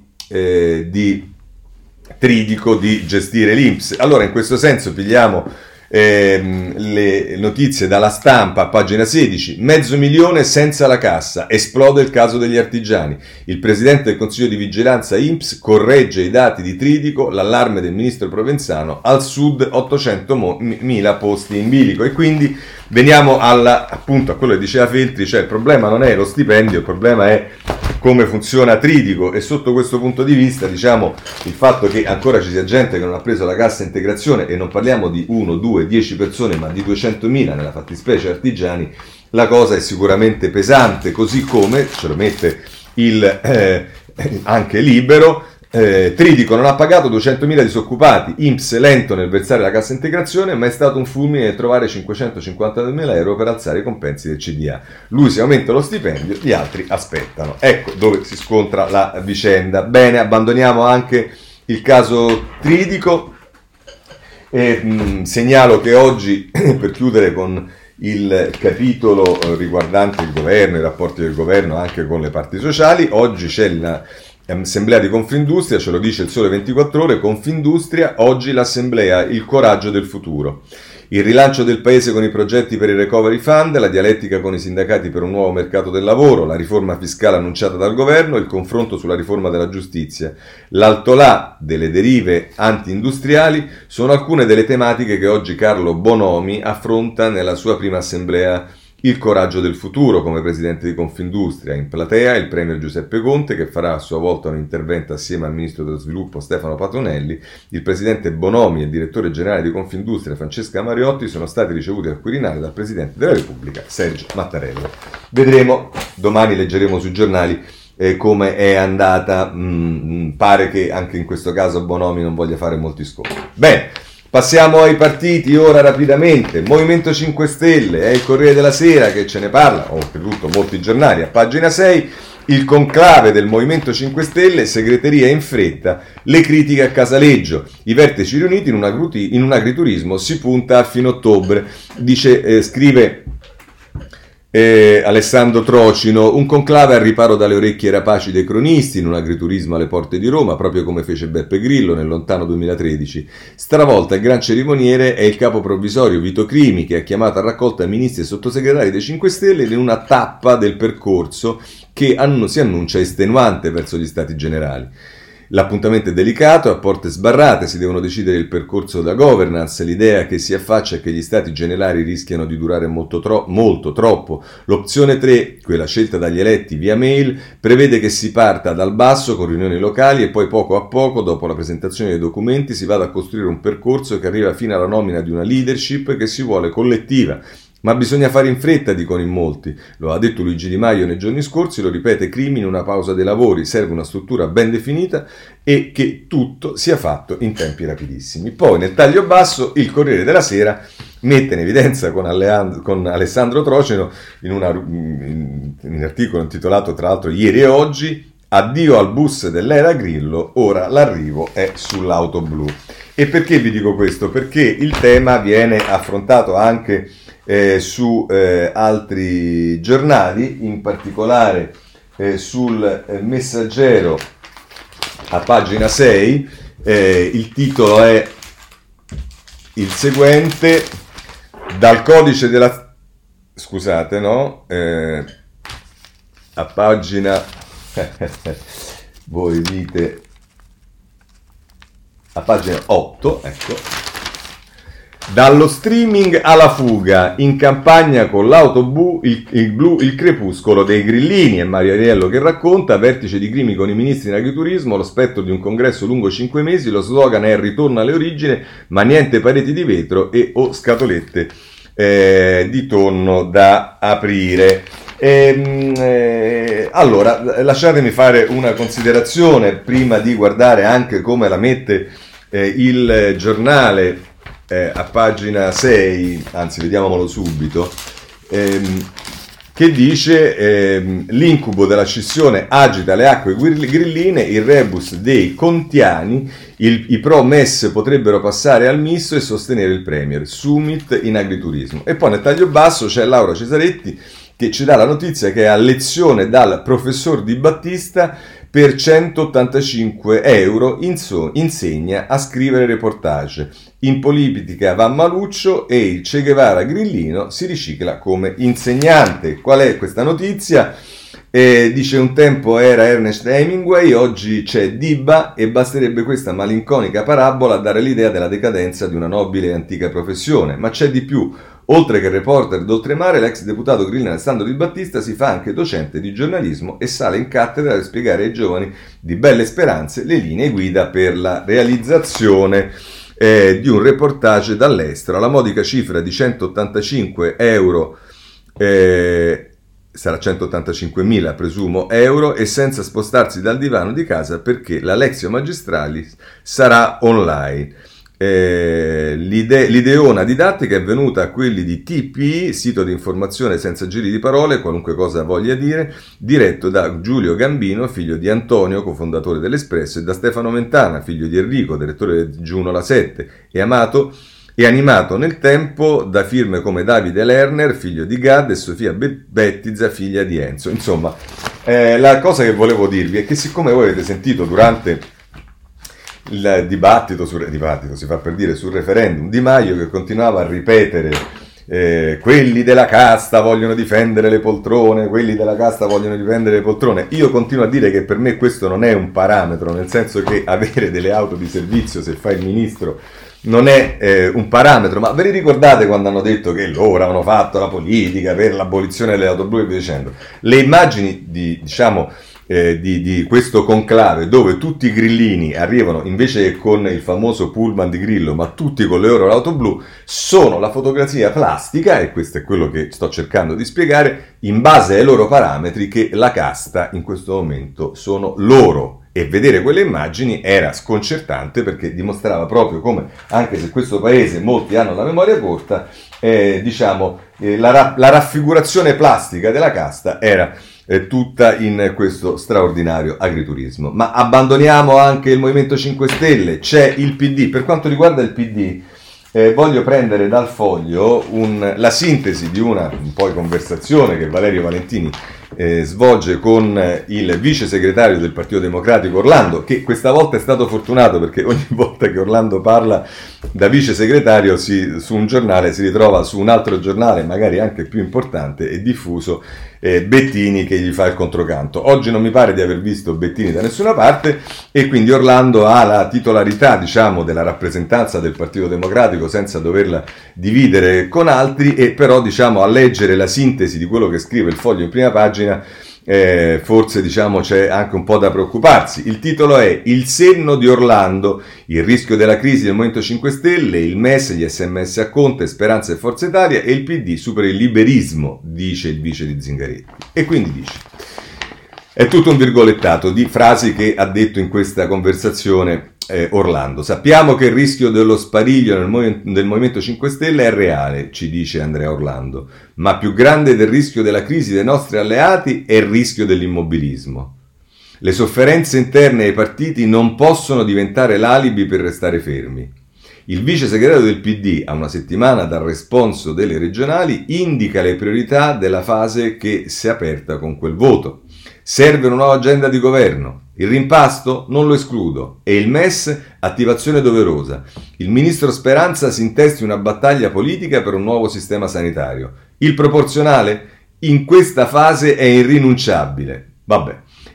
Tridico di gestire l'INPS. Allora in questo senso pigliamo le notizie dalla Stampa, pagina 16, 500.000 senza la cassa, esplode il caso degli artigiani, il presidente del consiglio di vigilanza INPS corregge i dati di Tridico, l'allarme del ministro Provenzano, al sud 800.000 posti in bilico. E quindi veniamo appunto a quello che diceva Feltri, cioè il problema non è lo stipendio, il problema è come funziona Tridico, e sotto questo punto di vista il fatto che ancora ci sia gente che non ha preso la cassa integrazione, e non parliamo di 1, 2, 10 persone ma di 200.000 nella fattispecie artigiani, la cosa è sicuramente pesante, così come ce lo mette anche Libero. Tridico non ha pagato 200.000 disoccupati, INPS lento nel versare la cassa integrazione, ma è stato un fulmine nel trovare 550.000 euro per alzare i compensi del CDA. Lui si aumenta lo stipendio, gli altri aspettano. Ecco dove si scontra la vicenda. Bene, abbandoniamo anche il caso Tridico e segnalo che oggi, per chiudere con il capitolo riguardante il governo, i rapporti del governo anche con le parti sociali, oggi c'è l'assemblea di Confindustria, ce lo dice il Sole 24 Ore, Confindustria, oggi l'assemblea, il coraggio del futuro. Il rilancio del paese con i progetti per il recovery fund, la dialettica con i sindacati per un nuovo mercato del lavoro, la riforma fiscale annunciata dal governo, il confronto sulla riforma della giustizia, l'altolà delle derive anti-industriali sono alcune delle tematiche che oggi Carlo Bonomi affronta nella sua prima assemblea. Il coraggio del futuro come presidente di Confindustria. In platea il premier Giuseppe Conte, che farà a sua volta un intervento assieme al ministro dello sviluppo Stefano Patuanelli. Il presidente Bonomi e il direttore generale di Confindustria Francesca Mariotti sono stati ricevuti al Quirinale dal presidente della Repubblica Sergio Mattarella. Vedremo, domani leggeremo sui giornali come è andata. Pare che anche in questo caso Bonomi non voglia fare molti scontri. Bene. Passiamo ai partiti ora rapidamente. Movimento 5 Stelle, è il Corriere della Sera che ce ne parla, oltretutto molti giornali, a pagina 6, il conclave del Movimento 5 Stelle, segreteria in fretta, le critiche a Casaleggio, i vertici riuniti in un agriturismo, si punta a fine ottobre, scrive Alessandro Trocino, un conclave al riparo dalle orecchie rapaci dei cronisti in un agriturismo alle porte di Roma, proprio come fece Beppe Grillo nel lontano 2013. Stravolta il gran cerimoniere è il capo provvisorio Vito Crimi, che ha chiamato a raccolta ministri e sottosegretari dei 5 Stelle in una tappa del percorso che si annuncia estenuante verso gli Stati Generali. L'appuntamento è delicato, a porte sbarrate, si devono decidere il percorso da governance, l'idea che si affaccia è che gli stati generali rischiano di durare molto troppo. L'opzione 3, quella scelta dagli eletti via mail, prevede che si parta dal basso con riunioni locali e poi poco a poco, dopo la presentazione dei documenti, si vada a costruire un percorso che arriva fino alla nomina di una leadership che si vuole collettiva. Ma bisogna fare in fretta, dicono in molti. Lo ha detto Luigi Di Maio nei giorni scorsi, lo ripete Crimi in una pausa dei lavori. Serve una struttura ben definita e che tutto sia fatto in tempi rapidissimi. Poi nel taglio basso il Corriere della Sera mette in evidenza con Alessandro Trocino in un articolo intitolato tra l'altro Ieri e oggi, addio al bus dell'era Grillo, ora l'arrivo è sull'auto blu. E perché vi dico questo? Perché il tema viene affrontato anche su altri giornali, in particolare sul Messaggero a pagina 6. Il titolo è il seguente: dal codice della a pagina voi dite a pagina 8, ecco. Dallo streaming alla fuga, in campagna con l'auto blu, il crepuscolo dei grillini, è Mario Ariello che racconta, vertice di crimi con i ministri in agriturismo, lo spettro di un congresso lungo 5 mesi, lo slogan è ritorno alle origini, ma niente pareti di vetro e o scatolette di tonno da aprire. Allora, lasciatemi fare una considerazione prima di guardare anche come la mette il giornale a pagina 6, anzi vediamolo subito, che dice l'incubo della scissione agita le acque grilline, il rebus dei contiani, i pro MES potrebbero passare al misto e sostenere il Premier, summit in agriturismo. E poi nel taglio basso c'è Laura Cesaretti che ci dà la notizia che a lezione dal professor Di Battista per 185 euro insegna a scrivere reportage. In politica va Maluccio e il Che Guevara grillino si ricicla come insegnante. Qual è questa notizia? Dice un tempo era Ernest Hemingway, oggi c'è Dibba e basterebbe questa malinconica parabola a dare l'idea della decadenza di una nobile e antica professione. Ma c'è di più. Oltre che reporter d'oltremare, l'ex deputato grillino Alessandro Di Battista si fa anche docente di giornalismo e sale in cattedra per spiegare ai giovani di Belle Speranze le linee guida per la realizzazione di un reportage dall'estero. La modica cifra di 185 euro, sarà 185.000 presumo euro, e senza spostarsi dal divano di casa perché la Lexio Magistralis sarà online. L'ideona didattica è venuta a quelli di TPI, sito di informazione senza giri di parole, qualunque cosa voglia dire, diretto da Giulio Gambino, figlio di Antonio, cofondatore dell'Espresso, e da Stefano Mentana, figlio di Enrico, direttore di Juno La 7, e animato nel tempo da firme come Davide Lerner, figlio di Gad, e Sofia Bettiza, figlia di Enzo. Insomma, la cosa che volevo dirvi è che siccome voi avete sentito durante il dibattito si fa per dire, sul referendum, Di Maio che continuava a ripetere quelli della casta vogliono difendere le poltrone, io continuo a dire che per me questo non è un parametro, nel senso che avere delle auto di servizio se fai il ministro non è un parametro. Ma ve li ricordate quando hanno detto che loro avevano fatto la politica per l'abolizione delle auto blu e via dicendo? Le immagini di questo conclave dove tutti i grillini arrivano invece che con il famoso pullman di Grillo, ma tutti con le loro auto blu, sono la fotografia plastica, e questo è quello che sto cercando di spiegare, in base ai loro parametri, che la casta in questo momento sono loro. E vedere quelle immagini era sconcertante perché dimostrava proprio come, anche se questo paese molti hanno la memoria corta, la raffigurazione plastica della casta era tutta in questo straordinario agriturismo. Ma abbandoniamo anche il Movimento 5 Stelle, c'è il PD. Per quanto riguarda il PD, voglio prendere dal Foglio la sintesi di una conversazione che Valerio Valentini svolge con il vice segretario del Partito Democratico Orlando, che questa volta è stato fortunato perché ogni volta che Orlando parla da vice segretario su un giornale si ritrova su un altro giornale, magari anche più importante e diffuso, Bettini che gli fa il controcanto. Oggi non mi pare di aver visto Bettini da nessuna parte e quindi Orlando ha la titolarità, della rappresentanza del Partito Democratico senza doverla dividere con altri, e però a leggere la sintesi di quello che scrive il Foglio in prima pagina forse c'è anche un po' da preoccuparsi. Il titolo è "Il senno di Orlando, il rischio della crisi del Movimento 5 Stelle, il MES, gli SMS a Conte, Speranza e Forza Italia e il PD supera il liberismo", dice il vice di Zingaretti. E quindi dice, è tutto un virgolettato di frasi che ha detto in questa conversazione Orlando. "Sappiamo che il rischio dello spariglio del Movimento 5 Stelle è reale", ci dice Andrea Orlando, "ma più grande del rischio della crisi dei nostri alleati è il rischio dell'immobilismo. Le sofferenze interne ai partiti non possono diventare l'alibi per restare fermi. Il vice segretario del PD, a una settimana dal responso delle regionali, indica le priorità della fase che si è aperta con quel voto. Serve una nuova agenda di governo. Il rimpasto? Non lo escludo. E il MES? Attivazione doverosa. Il ministro Speranza si intesti una battaglia politica per un nuovo sistema sanitario. Il proporzionale? In questa fase è irrinunciabile. Vabbè.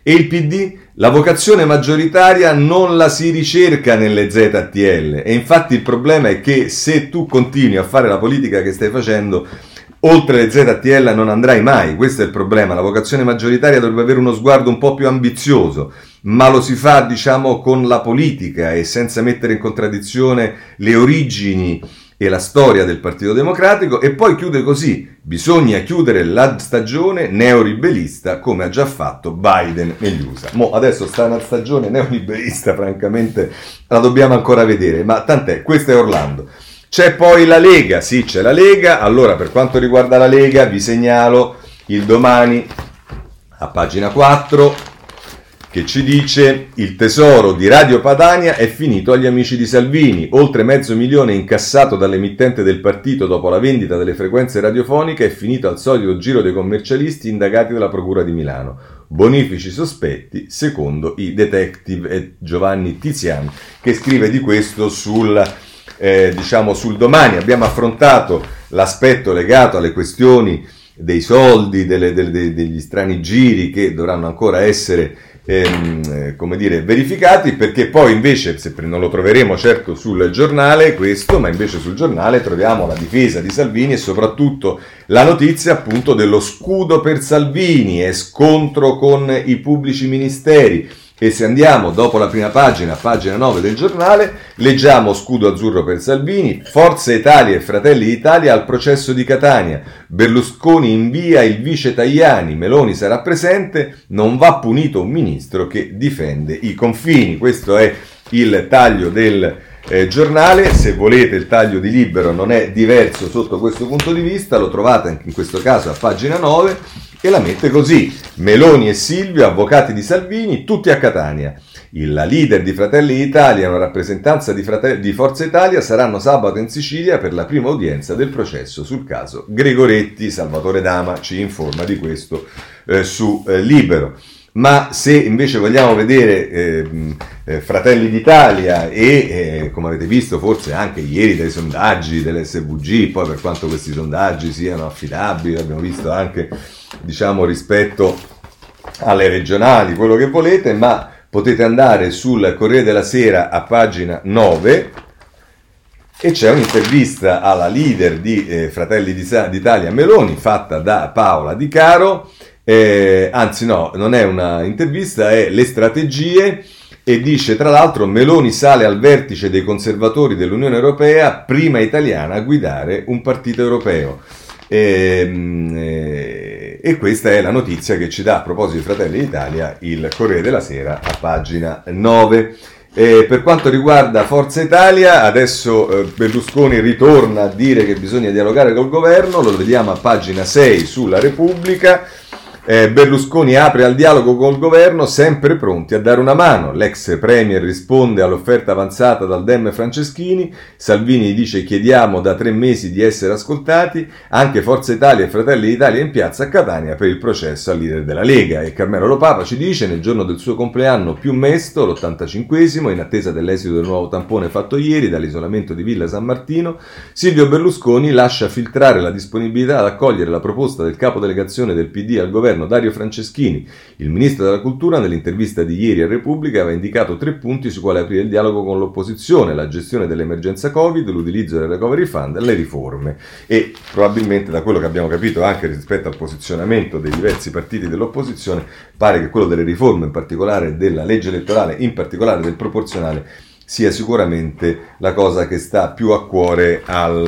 E il PD? La vocazione maggioritaria non la si ricerca nelle ZTL, e infatti il problema è che se tu continui a fare la politica che stai facendo, oltre le ZTL non andrai mai. Questo è il problema. La vocazione maggioritaria dovrebbe avere uno sguardo un po' più ambizioso, ma lo si fa, diciamo, con la politica e senza mettere in contraddizione le origini e la storia del Partito Democratico. E poi chiude così: bisogna chiudere la stagione neoliberista come ha già fatto Biden negli USA. Adesso sta una stagione neoliberista, francamente la dobbiamo ancora vedere, ma tant'è. Questo è Orlando. C'è poi la Lega, sì, c'è la Lega. Allora, per quanto riguarda la Lega, vi segnalo il Domani a pagina 4, che ci dice: il tesoro di Radio Padania è finito agli amici di Salvini, oltre $500,000 incassato dall'emittente del partito dopo la vendita delle frequenze radiofoniche è finito al solito giro dei commercialisti indagati dalla Procura di Milano. Bonifici sospetti, secondo i detective. E Giovanni Tiziani che scrive di questo sul Domani. Abbiamo affrontato l'aspetto legato alle questioni dei soldi, degli strani giri che dovranno ancora essere verificati, perché poi invece, non lo troveremo certo sul giornale questo, ma invece sul giornale troviamo la difesa di Salvini e soprattutto la notizia appunto dello scudo per Salvini e scontro con i pubblici ministeri. E se andiamo dopo la prima pagina, pagina 9 del giornale, leggiamo: scudo azzurro per Salvini, Forza Italia e Fratelli d'Italia al processo di Catania, Berlusconi invia il vice Tajani, Meloni sarà presente, non va punito un ministro che difende i confini. Questo è il taglio del giornale. Se volete il taglio di Libero non è diverso sotto questo punto di vista, lo trovate anche in questo caso a pagina 9. E la mette così: Meloni e Silvio, avvocati di Salvini, tutti a Catania. La leader di Fratelli d'Italia e una rappresentanza di Forza Italia saranno sabato in Sicilia per la prima udienza del processo sul caso Gregoretti. Salvatore Dama ci informa di questo su Libero. Ma se invece vogliamo vedere Fratelli d'Italia e come avete visto forse anche ieri dai sondaggi dell'SVG, poi per quanto questi sondaggi siano affidabili, abbiamo visto anche rispetto alle regionali, quello che volete, ma potete andare sul Corriere della Sera a pagina 9 e c'è un'intervista alla leader di Fratelli d'Italia Meloni fatta da Paola Di Caro. Anzi no, non è una intervista, è le strategie, e dice tra l'altro: Meloni sale al vertice dei conservatori dell'Unione Europea, prima italiana a guidare un partito europeo. E questa è la notizia che ci dà a proposito di Fratelli d'Italia il Corriere della Sera a pagina 9. Per quanto riguarda Forza Italia, adesso Berlusconi ritorna a dire che bisogna dialogare col governo, lo vediamo a pagina 6 sulla Repubblica. Berlusconi apre al dialogo col governo, sempre pronti a dare una mano. L'ex premier risponde all'offerta avanzata dal Dem Franceschini. Salvini dice: chiediamo da 3 mesi di essere ascoltati. Anche Forza Italia e Fratelli d'Italia in piazza a Catania per il processo al leader della Lega. E Carmelo Lo Papa ci dice: nel giorno del suo compleanno più mesto, l'85esimo, in attesa dell'esito del nuovo tampone fatto ieri dall'isolamento di Villa San Martino, Silvio Berlusconi lascia filtrare la disponibilità ad accogliere la proposta del capodelegazione del PD al governo Dario Franceschini. Il ministro della Cultura nell'intervista di ieri a Repubblica aveva indicato 3 punti su quali aprire il dialogo con l'opposizione: la gestione dell'emergenza Covid, l'utilizzo del recovery fund e le riforme. E probabilmente, da quello che abbiamo capito anche rispetto al posizionamento dei diversi partiti dell'opposizione, pare che quello delle riforme, in particolare della legge elettorale, in particolare del proporzionale, sia sicuramente la cosa che sta più a cuore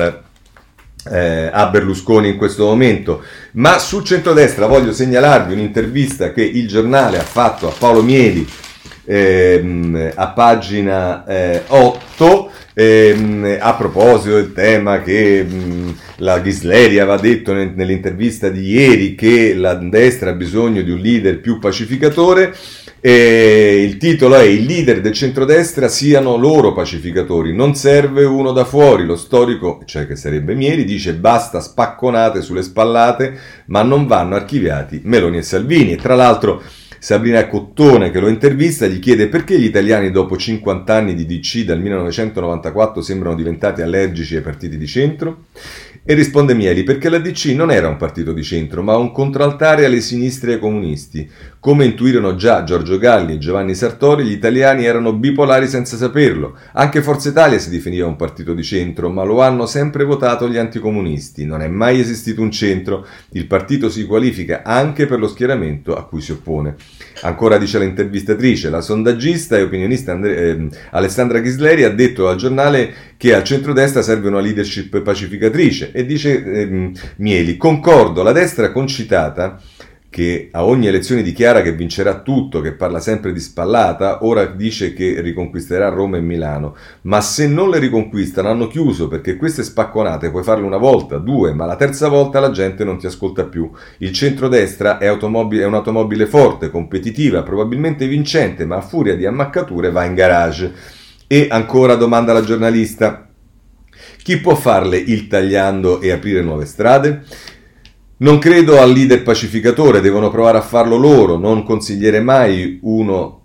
a Berlusconi in questo momento. Ma sul centrodestra voglio segnalarvi un'intervista che il giornale ha fatto a Paolo Mieli a pagina 8 a proposito del tema che la Ghisleri aveva detto nell'intervista di ieri, che la destra ha bisogno di un leader più pacificatore. Il titolo è: i leader del centrodestra siano loro pacificatori, non serve uno da fuori. Lo storico, cioè che sarebbe Mieli, dice: basta spacconate sulle spallate, ma non vanno archiviati Meloni e Salvini. E tra l'altro Sabrina Cottone, che lo intervista, gli chiede perché gli italiani dopo 50 anni di DC dal 1994 sembrano diventati allergici ai partiti di centro. E risponde Mieli, perché la DC non era un partito di centro, ma un contraltare alle sinistre e ai comunisti. Come intuirono già Giorgio Galli e Giovanni Sartori, gli italiani erano bipolari senza saperlo. Anche Forza Italia si definiva un partito di centro, ma lo hanno sempre votato gli anticomunisti. Non è mai esistito un centro. Il partito si qualifica anche per lo schieramento a cui si oppone. Ancora dice l'intervistatrice, la sondaggista e opinionista Alessandra Ghisleri ha detto al giornale che al centrodestra serve una leadership pacificatrice e dice Mieli, concordo, la destra concitata che a ogni elezione dichiara che vincerà tutto, che parla sempre di spallata, ora dice che riconquisterà Roma e Milano, ma se non le riconquistano hanno chiuso, perché queste spacconate puoi farle una volta, due, ma la terza volta la gente non ti ascolta più. Il centrodestra è un'automobile forte, competitiva, probabilmente vincente, ma a furia di ammaccature va in garage. E ancora domanda la giornalista, chi può farle il tagliando e aprire nuove strade? Non credo al leader pacificatore, devono provare a farlo loro, non consiglierei mai uno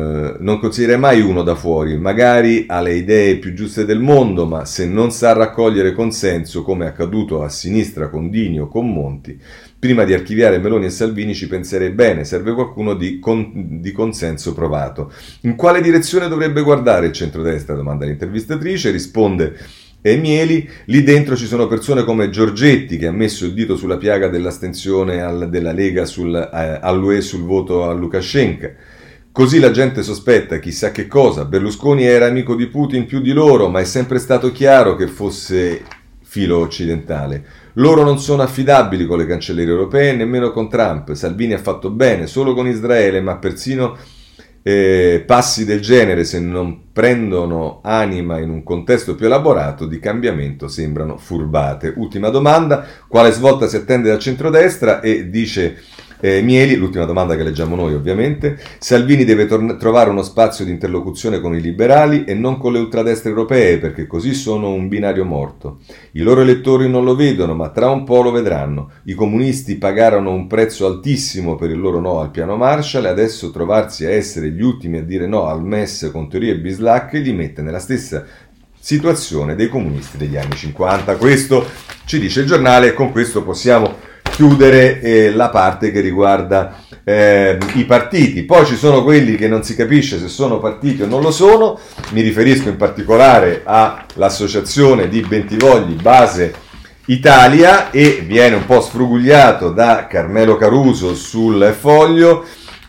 da fuori, magari ha le idee più giuste del mondo, ma se non sa raccogliere consenso, come è accaduto a sinistra con Dini o con Monti, prima di archiviare Meloni e Salvini ci penserei bene, serve qualcuno di consenso provato. In quale direzione dovrebbe guardare il centrodestra? Domanda l'intervistatrice, risponde Mieli, lì dentro ci sono persone come Giorgetti che ha messo il dito sulla piaga dell'astensione della Lega all'UE sul voto a Lukashenko. Così la gente sospetta chissà che cosa. Berlusconi era amico di Putin più di loro, ma è sempre stato chiaro che fosse filo occidentale. Loro non sono affidabili con le cancelliere europee, nemmeno con Trump. Salvini ha fatto bene solo con Israele, ma persino passi del genere, se non prendono anima in un contesto più elaborato di cambiamento, sembrano furbate. Ultima domanda, quale svolta si attende dal centrodestra? E dice Mieli, l'ultima domanda che leggiamo noi ovviamente, Salvini deve trovare uno spazio di interlocuzione con i liberali e non con le ultradestre europee, perché così sono un binario morto. I loro elettori non lo vedono, ma tra un po' lo vedranno. I comunisti pagarono un prezzo altissimo per il loro no al piano Marshall e adesso trovarsi a essere gli ultimi a dire no al MES con teorie e bislacche li mette nella stessa situazione dei comunisti degli anni 50. Questo ci dice il giornale e con questo possiamo chiudere la parte che riguarda i partiti. Poi ci sono quelli che non si capisce se sono partiti o non lo sono, mi riferisco in particolare all'associazione di Bentivogli Base Italia, e viene un po' sfrugugliato da Carmelo Caruso sul Foglio.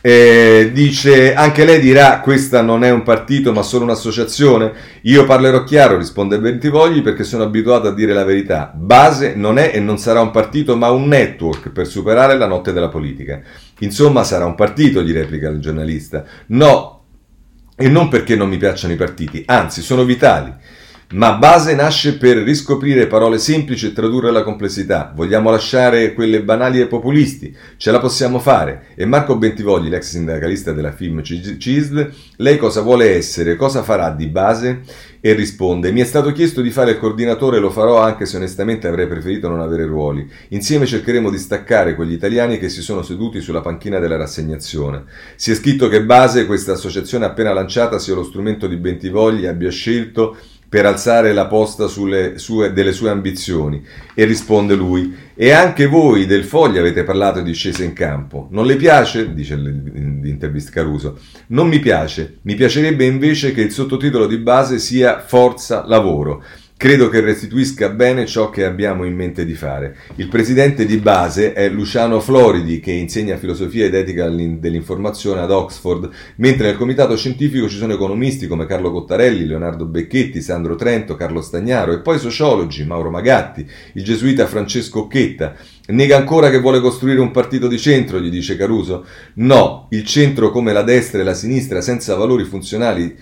Dice, anche lei dirà questa non è un partito ma solo un'associazione? Io parlerò chiaro, risponde Bentivogli, perché sono abituato a dire la verità. Base non è e non sarà un partito ma un network per superare la notte della politica. Insomma sarà un partito, gli replica il giornalista. No, e non perché non mi piacciono i partiti, anzi sono vitali. Ma Base nasce per riscoprire parole semplici e tradurre la complessità. Vogliamo lasciare quelle banali e populisti? Ce la possiamo fare. E Marco Bentivogli, l'ex sindacalista della FIM CISL, lei cosa vuole essere? Cosa farà di Base? E risponde, mi è stato chiesto di fare il coordinatore e lo farò anche se onestamente avrei preferito non avere ruoli. Insieme cercheremo di staccare quegli italiani che si sono seduti sulla panchina della rassegnazione. Si è scritto che Base, questa associazione appena lanciata, sia lo strumento di Bentivogli abbia scelto per alzare la posta delle sue ambizioni. E risponde lui, e anche voi del Foglio avete parlato di scesa in campo. Non le piace? Dice l'intervista Caruso. Non mi piace, mi piacerebbe invece che il sottotitolo di Base sia Forza Lavoro. Credo che restituisca bene ciò che abbiamo in mente di fare. Il presidente di Base è Luciano Floridi, che insegna filosofia ed etica dell'informazione ad Oxford, mentre nel comitato scientifico ci sono economisti come Carlo Cottarelli, Leonardo Becchetti, Sandro Trento, Carlo Stagnaro e poi sociologi, Mauro Magatti, il gesuita Francesco Occhetta. Nega ancora che vuole costruire un partito di centro, gli dice Caruso. No, il centro come la destra e la sinistra senza valori funzionali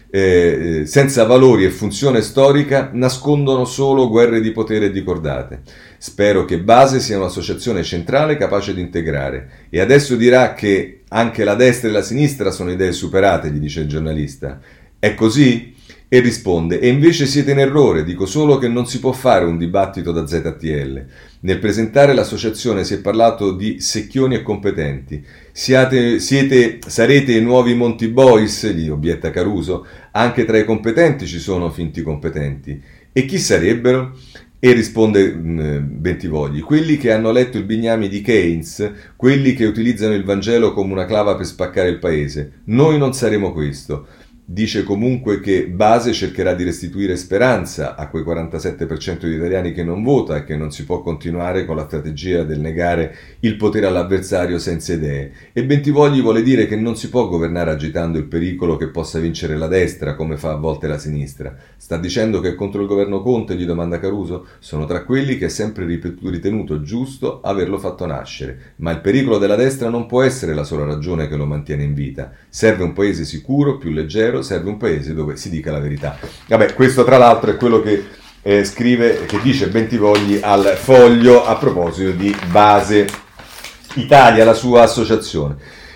senza valori e funzione storica nascondono solo guerre di potere e di cordate. Spero che Base sia un'associazione centrale capace di integrare. E adesso dirà che anche la destra e la sinistra sono idee superate, gli dice il giornalista. È così? E risponde: e invece siete in errore, dico solo che non si può fare un dibattito da ZTL. Nel presentare l'associazione si è parlato di secchioni e competenti. Sarete i nuovi Monty Boys, gli obietta Caruso. Anche tra i competenti ci sono finti competenti. E chi sarebbero? E risponde Bentivogli: quelli che hanno letto il Bignami di Keynes, quelli che utilizzano il Vangelo come una clava per spaccare il paese. Noi non saremo questo. Dice comunque che Base cercherà di restituire speranza a quei 47% di italiani che non vota e che non si può continuare con la strategia del negare il potere all'avversario senza idee. E Bentivogli vuole dire che non si può governare agitando il pericolo che possa vincere la destra, come fa a volte la sinistra. Sta dicendo che è contro il governo Conte, gli domanda Caruso? Sono tra quelli che è sempre ritenuto giusto averlo fatto nascere. Ma il pericolo della destra non può essere la sola ragione che lo mantiene in vita. Serve un paese sicuro, più leggero, serve un paese dove si dica la verità. Vabbè, questo tra l'altro è quello che scrive, che dice Bentivogli al Foglio a proposito di Base Italia, la sua associazione.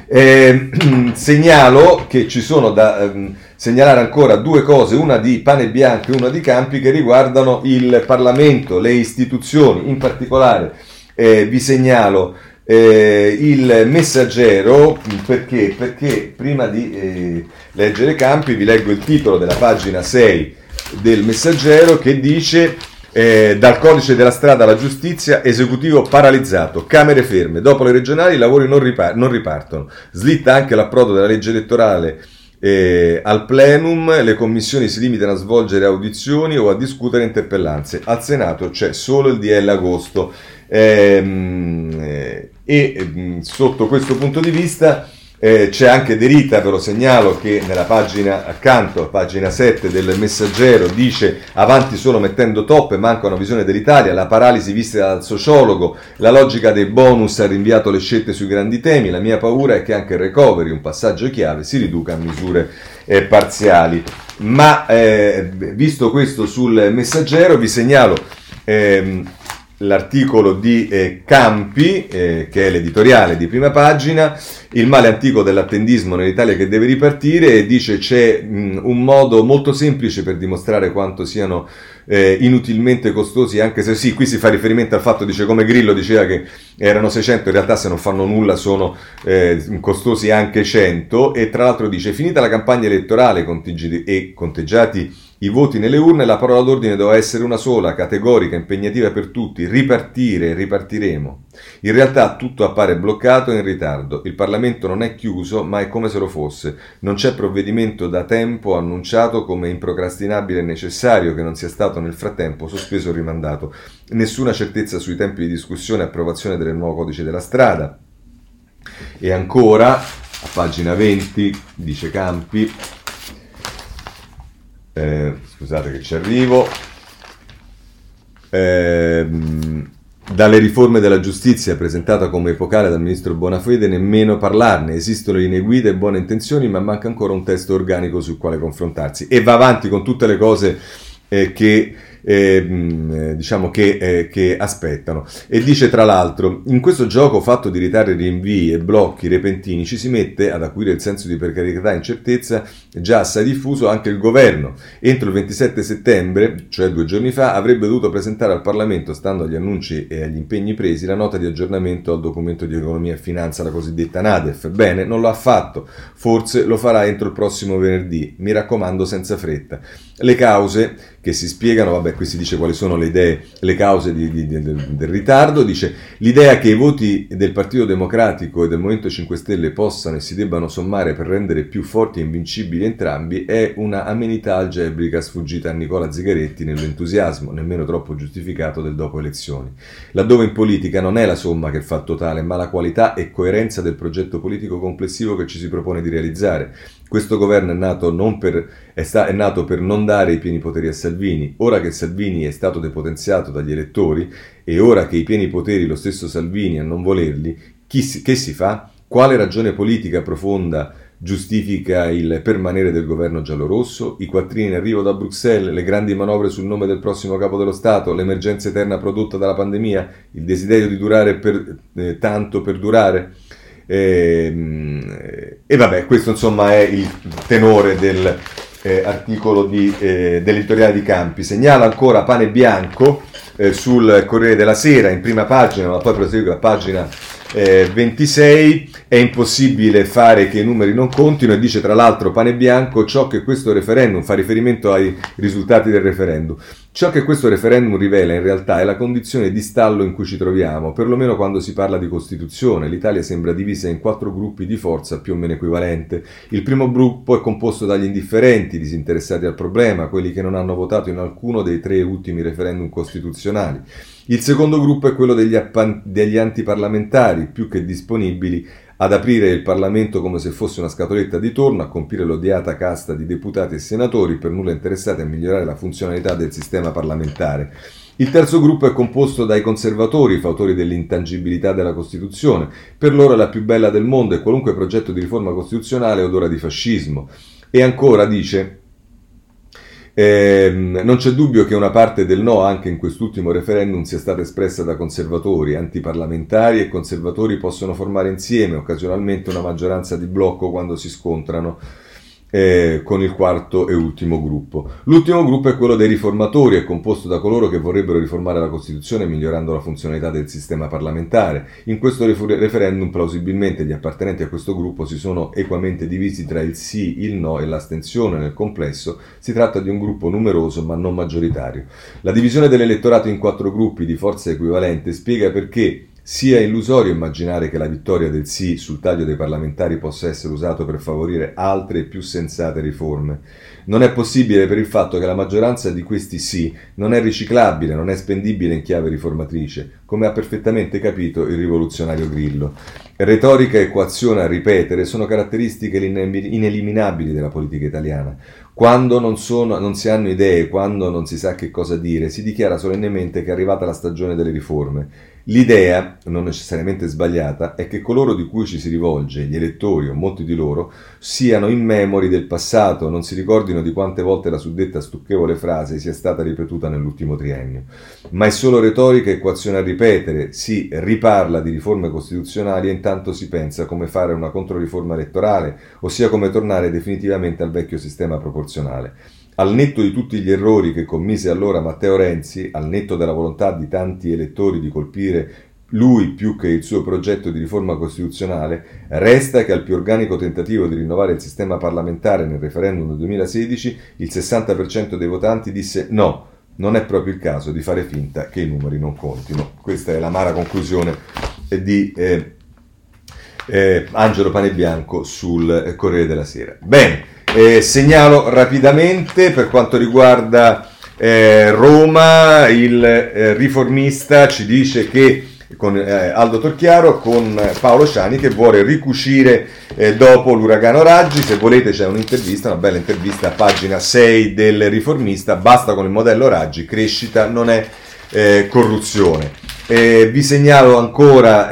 Segnalo che ci sono da segnalare ancora due cose, una di Pane Bianco e una di Campi, che riguardano il Parlamento, le istituzioni. In particolare vi segnalo il Messaggero, perché prima di leggere Campi vi leggo il titolo della pagina 6 del Messaggero, che dice: dal codice della strada alla giustizia, esecutivo paralizzato, camere ferme, dopo le regionali i lavori non ripartono, slitta anche l'approdo della legge elettorale al plenum, le commissioni si limitano a svolgere audizioni o a discutere interpellanze, al Senato c'è solo il DL agosto. Sotto questo punto di vista c'è anche De Rita, ve lo segnalo, che nella pagina accanto, a pagina 7 del Messaggero, dice: avanti solo mettendo toppe, manca una visione dell'Italia, la paralisi vista dal sociologo, la logica dei bonus ha rinviato le scelte sui grandi temi, la mia paura è che anche il recovery, un passaggio chiave, si riduca a misure parziali. Ma visto questo sul Messaggero, vi segnalo l'articolo di Campi, che è l'editoriale di prima pagina, il male antico dell'attendismo nell'Italia che deve ripartire, e dice c'è un modo molto semplice per dimostrare quanto siano inutilmente costosi, anche se sì, qui si fa riferimento al fatto, dice, come Grillo diceva che erano 600, in realtà se non fanno nulla sono costosi anche 100, e tra l'altro dice: finita la campagna elettorale e conteggiati i voti nelle urne, la parola d'ordine doveva essere una sola, categorica, impegnativa per tutti: ripartire, ripartiremo. In realtà tutto appare bloccato e in ritardo. Il Parlamento non è chiuso, ma è come se lo fosse. Non c'è provvedimento da tempo annunciato come improcrastinabile e necessario che non sia stato nel frattempo sospeso o rimandato. Nessuna certezza sui tempi di discussione e approvazione del nuovo codice della strada. E ancora, a pagina 20, dice Campi, scusate che ci arrivo, dalle riforme della giustizia presentata come epocale dal ministro Bonafede nemmeno parlarne, esistono linee guida e buone intenzioni, ma manca ancora un testo organico sul quale confrontarsi, e va avanti con tutte le cose che aspettano, e dice tra l'altro: in questo gioco fatto di ritardi, rinvii e blocchi repentini ci si mette ad acuire il senso di precarietà e incertezza già assai diffuso anche il governo. Entro il 27 settembre, cioè 2 giorni fa, avrebbe dovuto presentare al Parlamento, stando agli annunci e agli impegni presi, la nota di aggiornamento al documento di economia e finanza, la cosiddetta NADEF. Bene, non lo ha fatto, forse lo farà entro il prossimo venerdì, mi raccomando senza fretta. Le cause che si spiegano, vabbè, qui si dice quali sono le idee, le cause del ritardo, dice: l'idea che i voti del Partito Democratico e del Movimento 5 Stelle possano e si debbano sommare per rendere più forti e invincibili entrambi è una amenità algebrica sfuggita a Nicola Zingaretti nell'entusiasmo, nemmeno troppo giustificato, del dopo elezioni. Laddove in politica non è la somma che fa il totale, ma la qualità e coerenza del progetto politico complessivo che ci si propone di realizzare. Questo governo è nato per non dare i pieni poteri a Salvini. Ora che Salvini è stato depotenziato dagli elettori e ora che i pieni poteri lo stesso Salvini a non volerli, che si fa? Quale ragione politica profonda giustifica il permanere del governo giallorosso? I quattrini in arrivo da Bruxelles, le grandi manovre sul nome del prossimo capo dello Stato, l'emergenza eterna prodotta dalla pandemia, il desiderio di durare tanto per durare? E vabbè, questo insomma è il tenore articolo dell'editoriale di Campi. Segnala ancora Pane Bianco sul Corriere della Sera in prima pagina, ma poi prosegue a pagina 26. È impossibile fare che i numeri non contino, e dice tra l'altro Pane Bianco: ciò che questo referendum, fa riferimento ai risultati del referendum, ciò che questo referendum rivela in realtà è la condizione di stallo in cui ci troviamo, perlomeno quando si parla di Costituzione. L'Italia sembra divisa in 4 gruppi di forza più o meno equivalente. Il primo gruppo è composto dagli indifferenti, disinteressati al problema, quelli che non hanno votato in alcuno dei 3 ultimi referendum costituzionali. Il secondo gruppo è quello degli antiparlamentari, più che disponibili ad aprire il Parlamento come se fosse una scatoletta di tonno, a compire l'odiata casta di deputati e senatori per nulla interessati a migliorare la funzionalità del sistema parlamentare. Il terzo gruppo è composto dai conservatori, fautori dell'intangibilità della Costituzione. Per loro è la più bella del mondo e qualunque progetto di riforma costituzionale odora di fascismo. E ancora dice: non c'è dubbio che una parte del no anche in quest'ultimo referendum sia stata espressa da conservatori. Antiparlamentari e conservatori possono formare insieme occasionalmente una maggioranza di blocco quando si scontrano con il quarto e ultimo gruppo. L'ultimo gruppo è quello dei riformatori, è composto da coloro che vorrebbero riformare la Costituzione migliorando la funzionalità del sistema parlamentare. In questo referendum plausibilmente gli appartenenti a questo gruppo si sono equamente divisi tra il sì, il no e l'astensione. Nel complesso si tratta di un gruppo numeroso ma non maggioritario. La divisione dell'elettorato in 4 gruppi di forza equivalente spiega perché sia illusorio immaginare che la vittoria del sì sul taglio dei parlamentari possa essere usato per favorire altre e più sensate riforme. Non è possibile per il fatto che la maggioranza di questi sì non è riciclabile, non è spendibile in chiave riformatrice, come ha perfettamente capito il rivoluzionario Grillo. Retorica e coazione a ripetere sono caratteristiche ineliminabili della politica italiana. Quando non si hanno idee, quando non si sa che cosa dire, si dichiara solennemente che è arrivata la stagione delle riforme. L'idea, non necessariamente sbagliata, è che coloro di cui ci si rivolge, gli elettori o molti di loro, siano immemori del passato, non si ricordino di quante volte la suddetta stucchevole frase sia stata ripetuta nell'ultimo triennio. Ma è solo retorica e coazione a ripetere, si riparla di riforme costituzionali e intanto si pensa come fare una controriforma elettorale, ossia come tornare definitivamente al vecchio sistema proporzionale. Al netto di tutti gli errori che commise allora Matteo Renzi, al netto della volontà di tanti elettori di colpire lui più che il suo progetto di riforma costituzionale, resta che al più organico tentativo di rinnovare il sistema parlamentare nel referendum del 2016, il 60% dei votanti disse no, non è proprio il caso di fare finta che i numeri non contino. Questa è l'amara conclusione di Angelo Panebianco sul Corriere della Sera. Bene. Segnalo rapidamente per quanto riguarda Roma, il Riformista ci dice che con Aldo Torchiaro, con Paolo Ciani che vuole ricucire dopo l'uragano Raggi. Se volete c'è un'intervista, una bella intervista a pagina 6 del Riformista. Basta con il modello Raggi, crescita non è corruzione. Vi segnalo ancora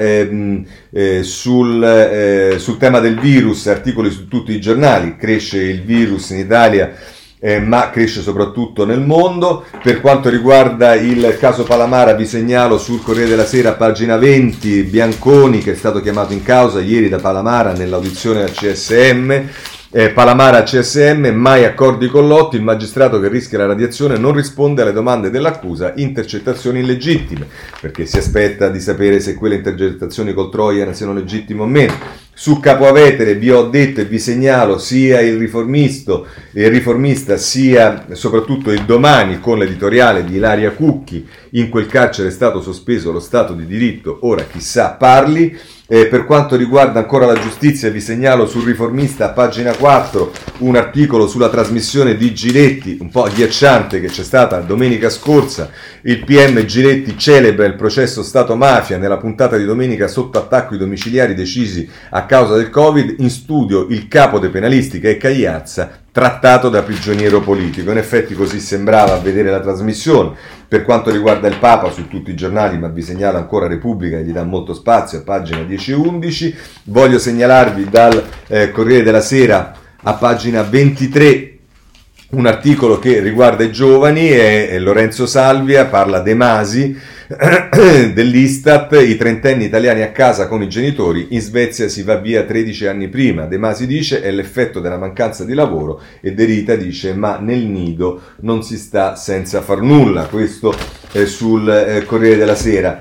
sul tema del virus, articoli su tutti i giornali. Cresce il virus in Italia, ma cresce soprattutto nel mondo. Per quanto riguarda il caso Palamara vi segnalo sul Corriere della Sera, pagina 20, Bianconi che è stato chiamato in causa ieri da Palamara nell'audizione al CSM. Palamara CSM, mai accordi con Lotti, il magistrato che rischia la radiazione non risponde alle domande dell'accusa, intercettazioni illegittime, perché si aspetta di sapere se quelle intercettazioni col Trojan siano legittime o meno. Su Capo Avetere vi ho detto e vi segnalo sia il Riformista sia soprattutto il Domani con l'editoriale di Ilaria Cucchi. In quel carcere è stato sospeso lo Stato di diritto, ora chissà parli. Per quanto riguarda ancora la giustizia vi segnalo sul Riformista a pagina 4 un articolo sulla trasmissione di Giletti, un po' agghiacciante, che c'è stata domenica scorsa. Il PM Giletti celebra il processo Stato-mafia. Nella puntata di domenica sotto attacco i domiciliari decisi a causa del Covid, in studio il capo dei penalistica e Cagliazza, trattato da prigioniero politico. In effetti così sembrava a vedere la trasmissione. Per quanto riguarda il Papa su tutti i giornali, ma vi segnalo ancora Repubblica che gli dà molto spazio a pagina 10 e 11. Voglio segnalarvi dal Corriere della Sera a pagina 23 un articolo che riguarda i giovani e Lorenzo Salvia parla De Masi dell'Istat, i trentenni italiani a casa con i genitori, in Svezia si va via 13 anni prima. De Masi dice è l'effetto della mancanza di lavoro e De Rita dice ma nel nido non si sta senza far nulla. Questo sul Corriere della Sera.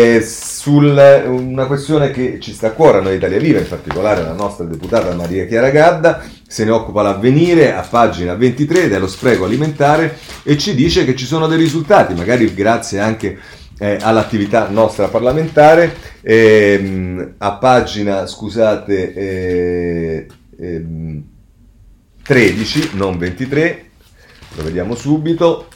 Una questione che ci sta a cuore a noi Italia Viva, in particolare la nostra deputata Maria Chiara Gadda, se ne occupa l'Avvenire a pagina 23 dello spreco alimentare e ci dice che ci sono dei risultati, magari grazie anche all'attività nostra parlamentare. A pagina 13, non 23, lo vediamo subito,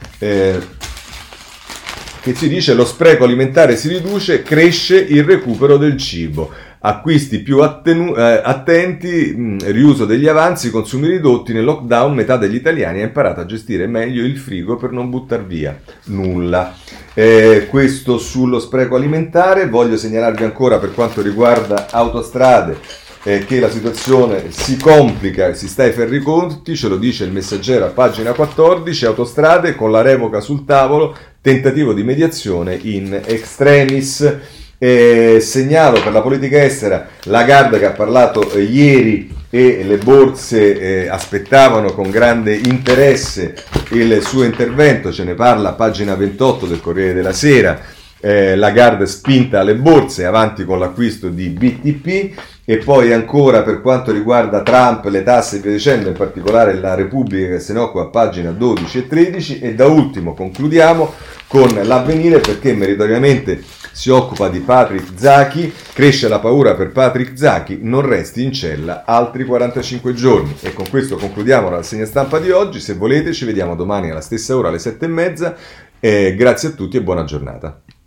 che ci dice lo spreco alimentare si riduce, cresce il recupero del cibo, acquisti più attenti, riuso degli avanzi, consumi ridotti. Nel lockdown metà degli italiani ha imparato a gestire meglio il frigo per non buttar via nulla. Questo sullo spreco alimentare. Voglio segnalarvi ancora per quanto riguarda Autostrade che la situazione si complica, si sta ai ferri conti, ce lo dice il Messaggero a pagina 14, Autostrade con la revoca sul tavolo, tentativo di mediazione in extremis. Segnalo per la politica estera Lagarde che ha parlato ieri e le borse aspettavano con grande interesse il suo intervento, ce ne parla a pagina 28 del Corriere della Sera. Lagarde spinta alle borse, avanti con l'acquisto di BTP. E poi ancora per quanto riguarda Trump, le tasse e via dicendo, in particolare la Repubblica che se ne occupa a pagina 12 e 13. E da ultimo concludiamo con l'Avvenire perché meritoriamente si occupa di Patrick Zaki, cresce la paura per Patrick Zaki, non resti in cella altri 45 giorni. E con questo concludiamo la rassegna stampa di oggi, se volete ci vediamo domani alla stessa ora alle 7:30, grazie a tutti e buona giornata.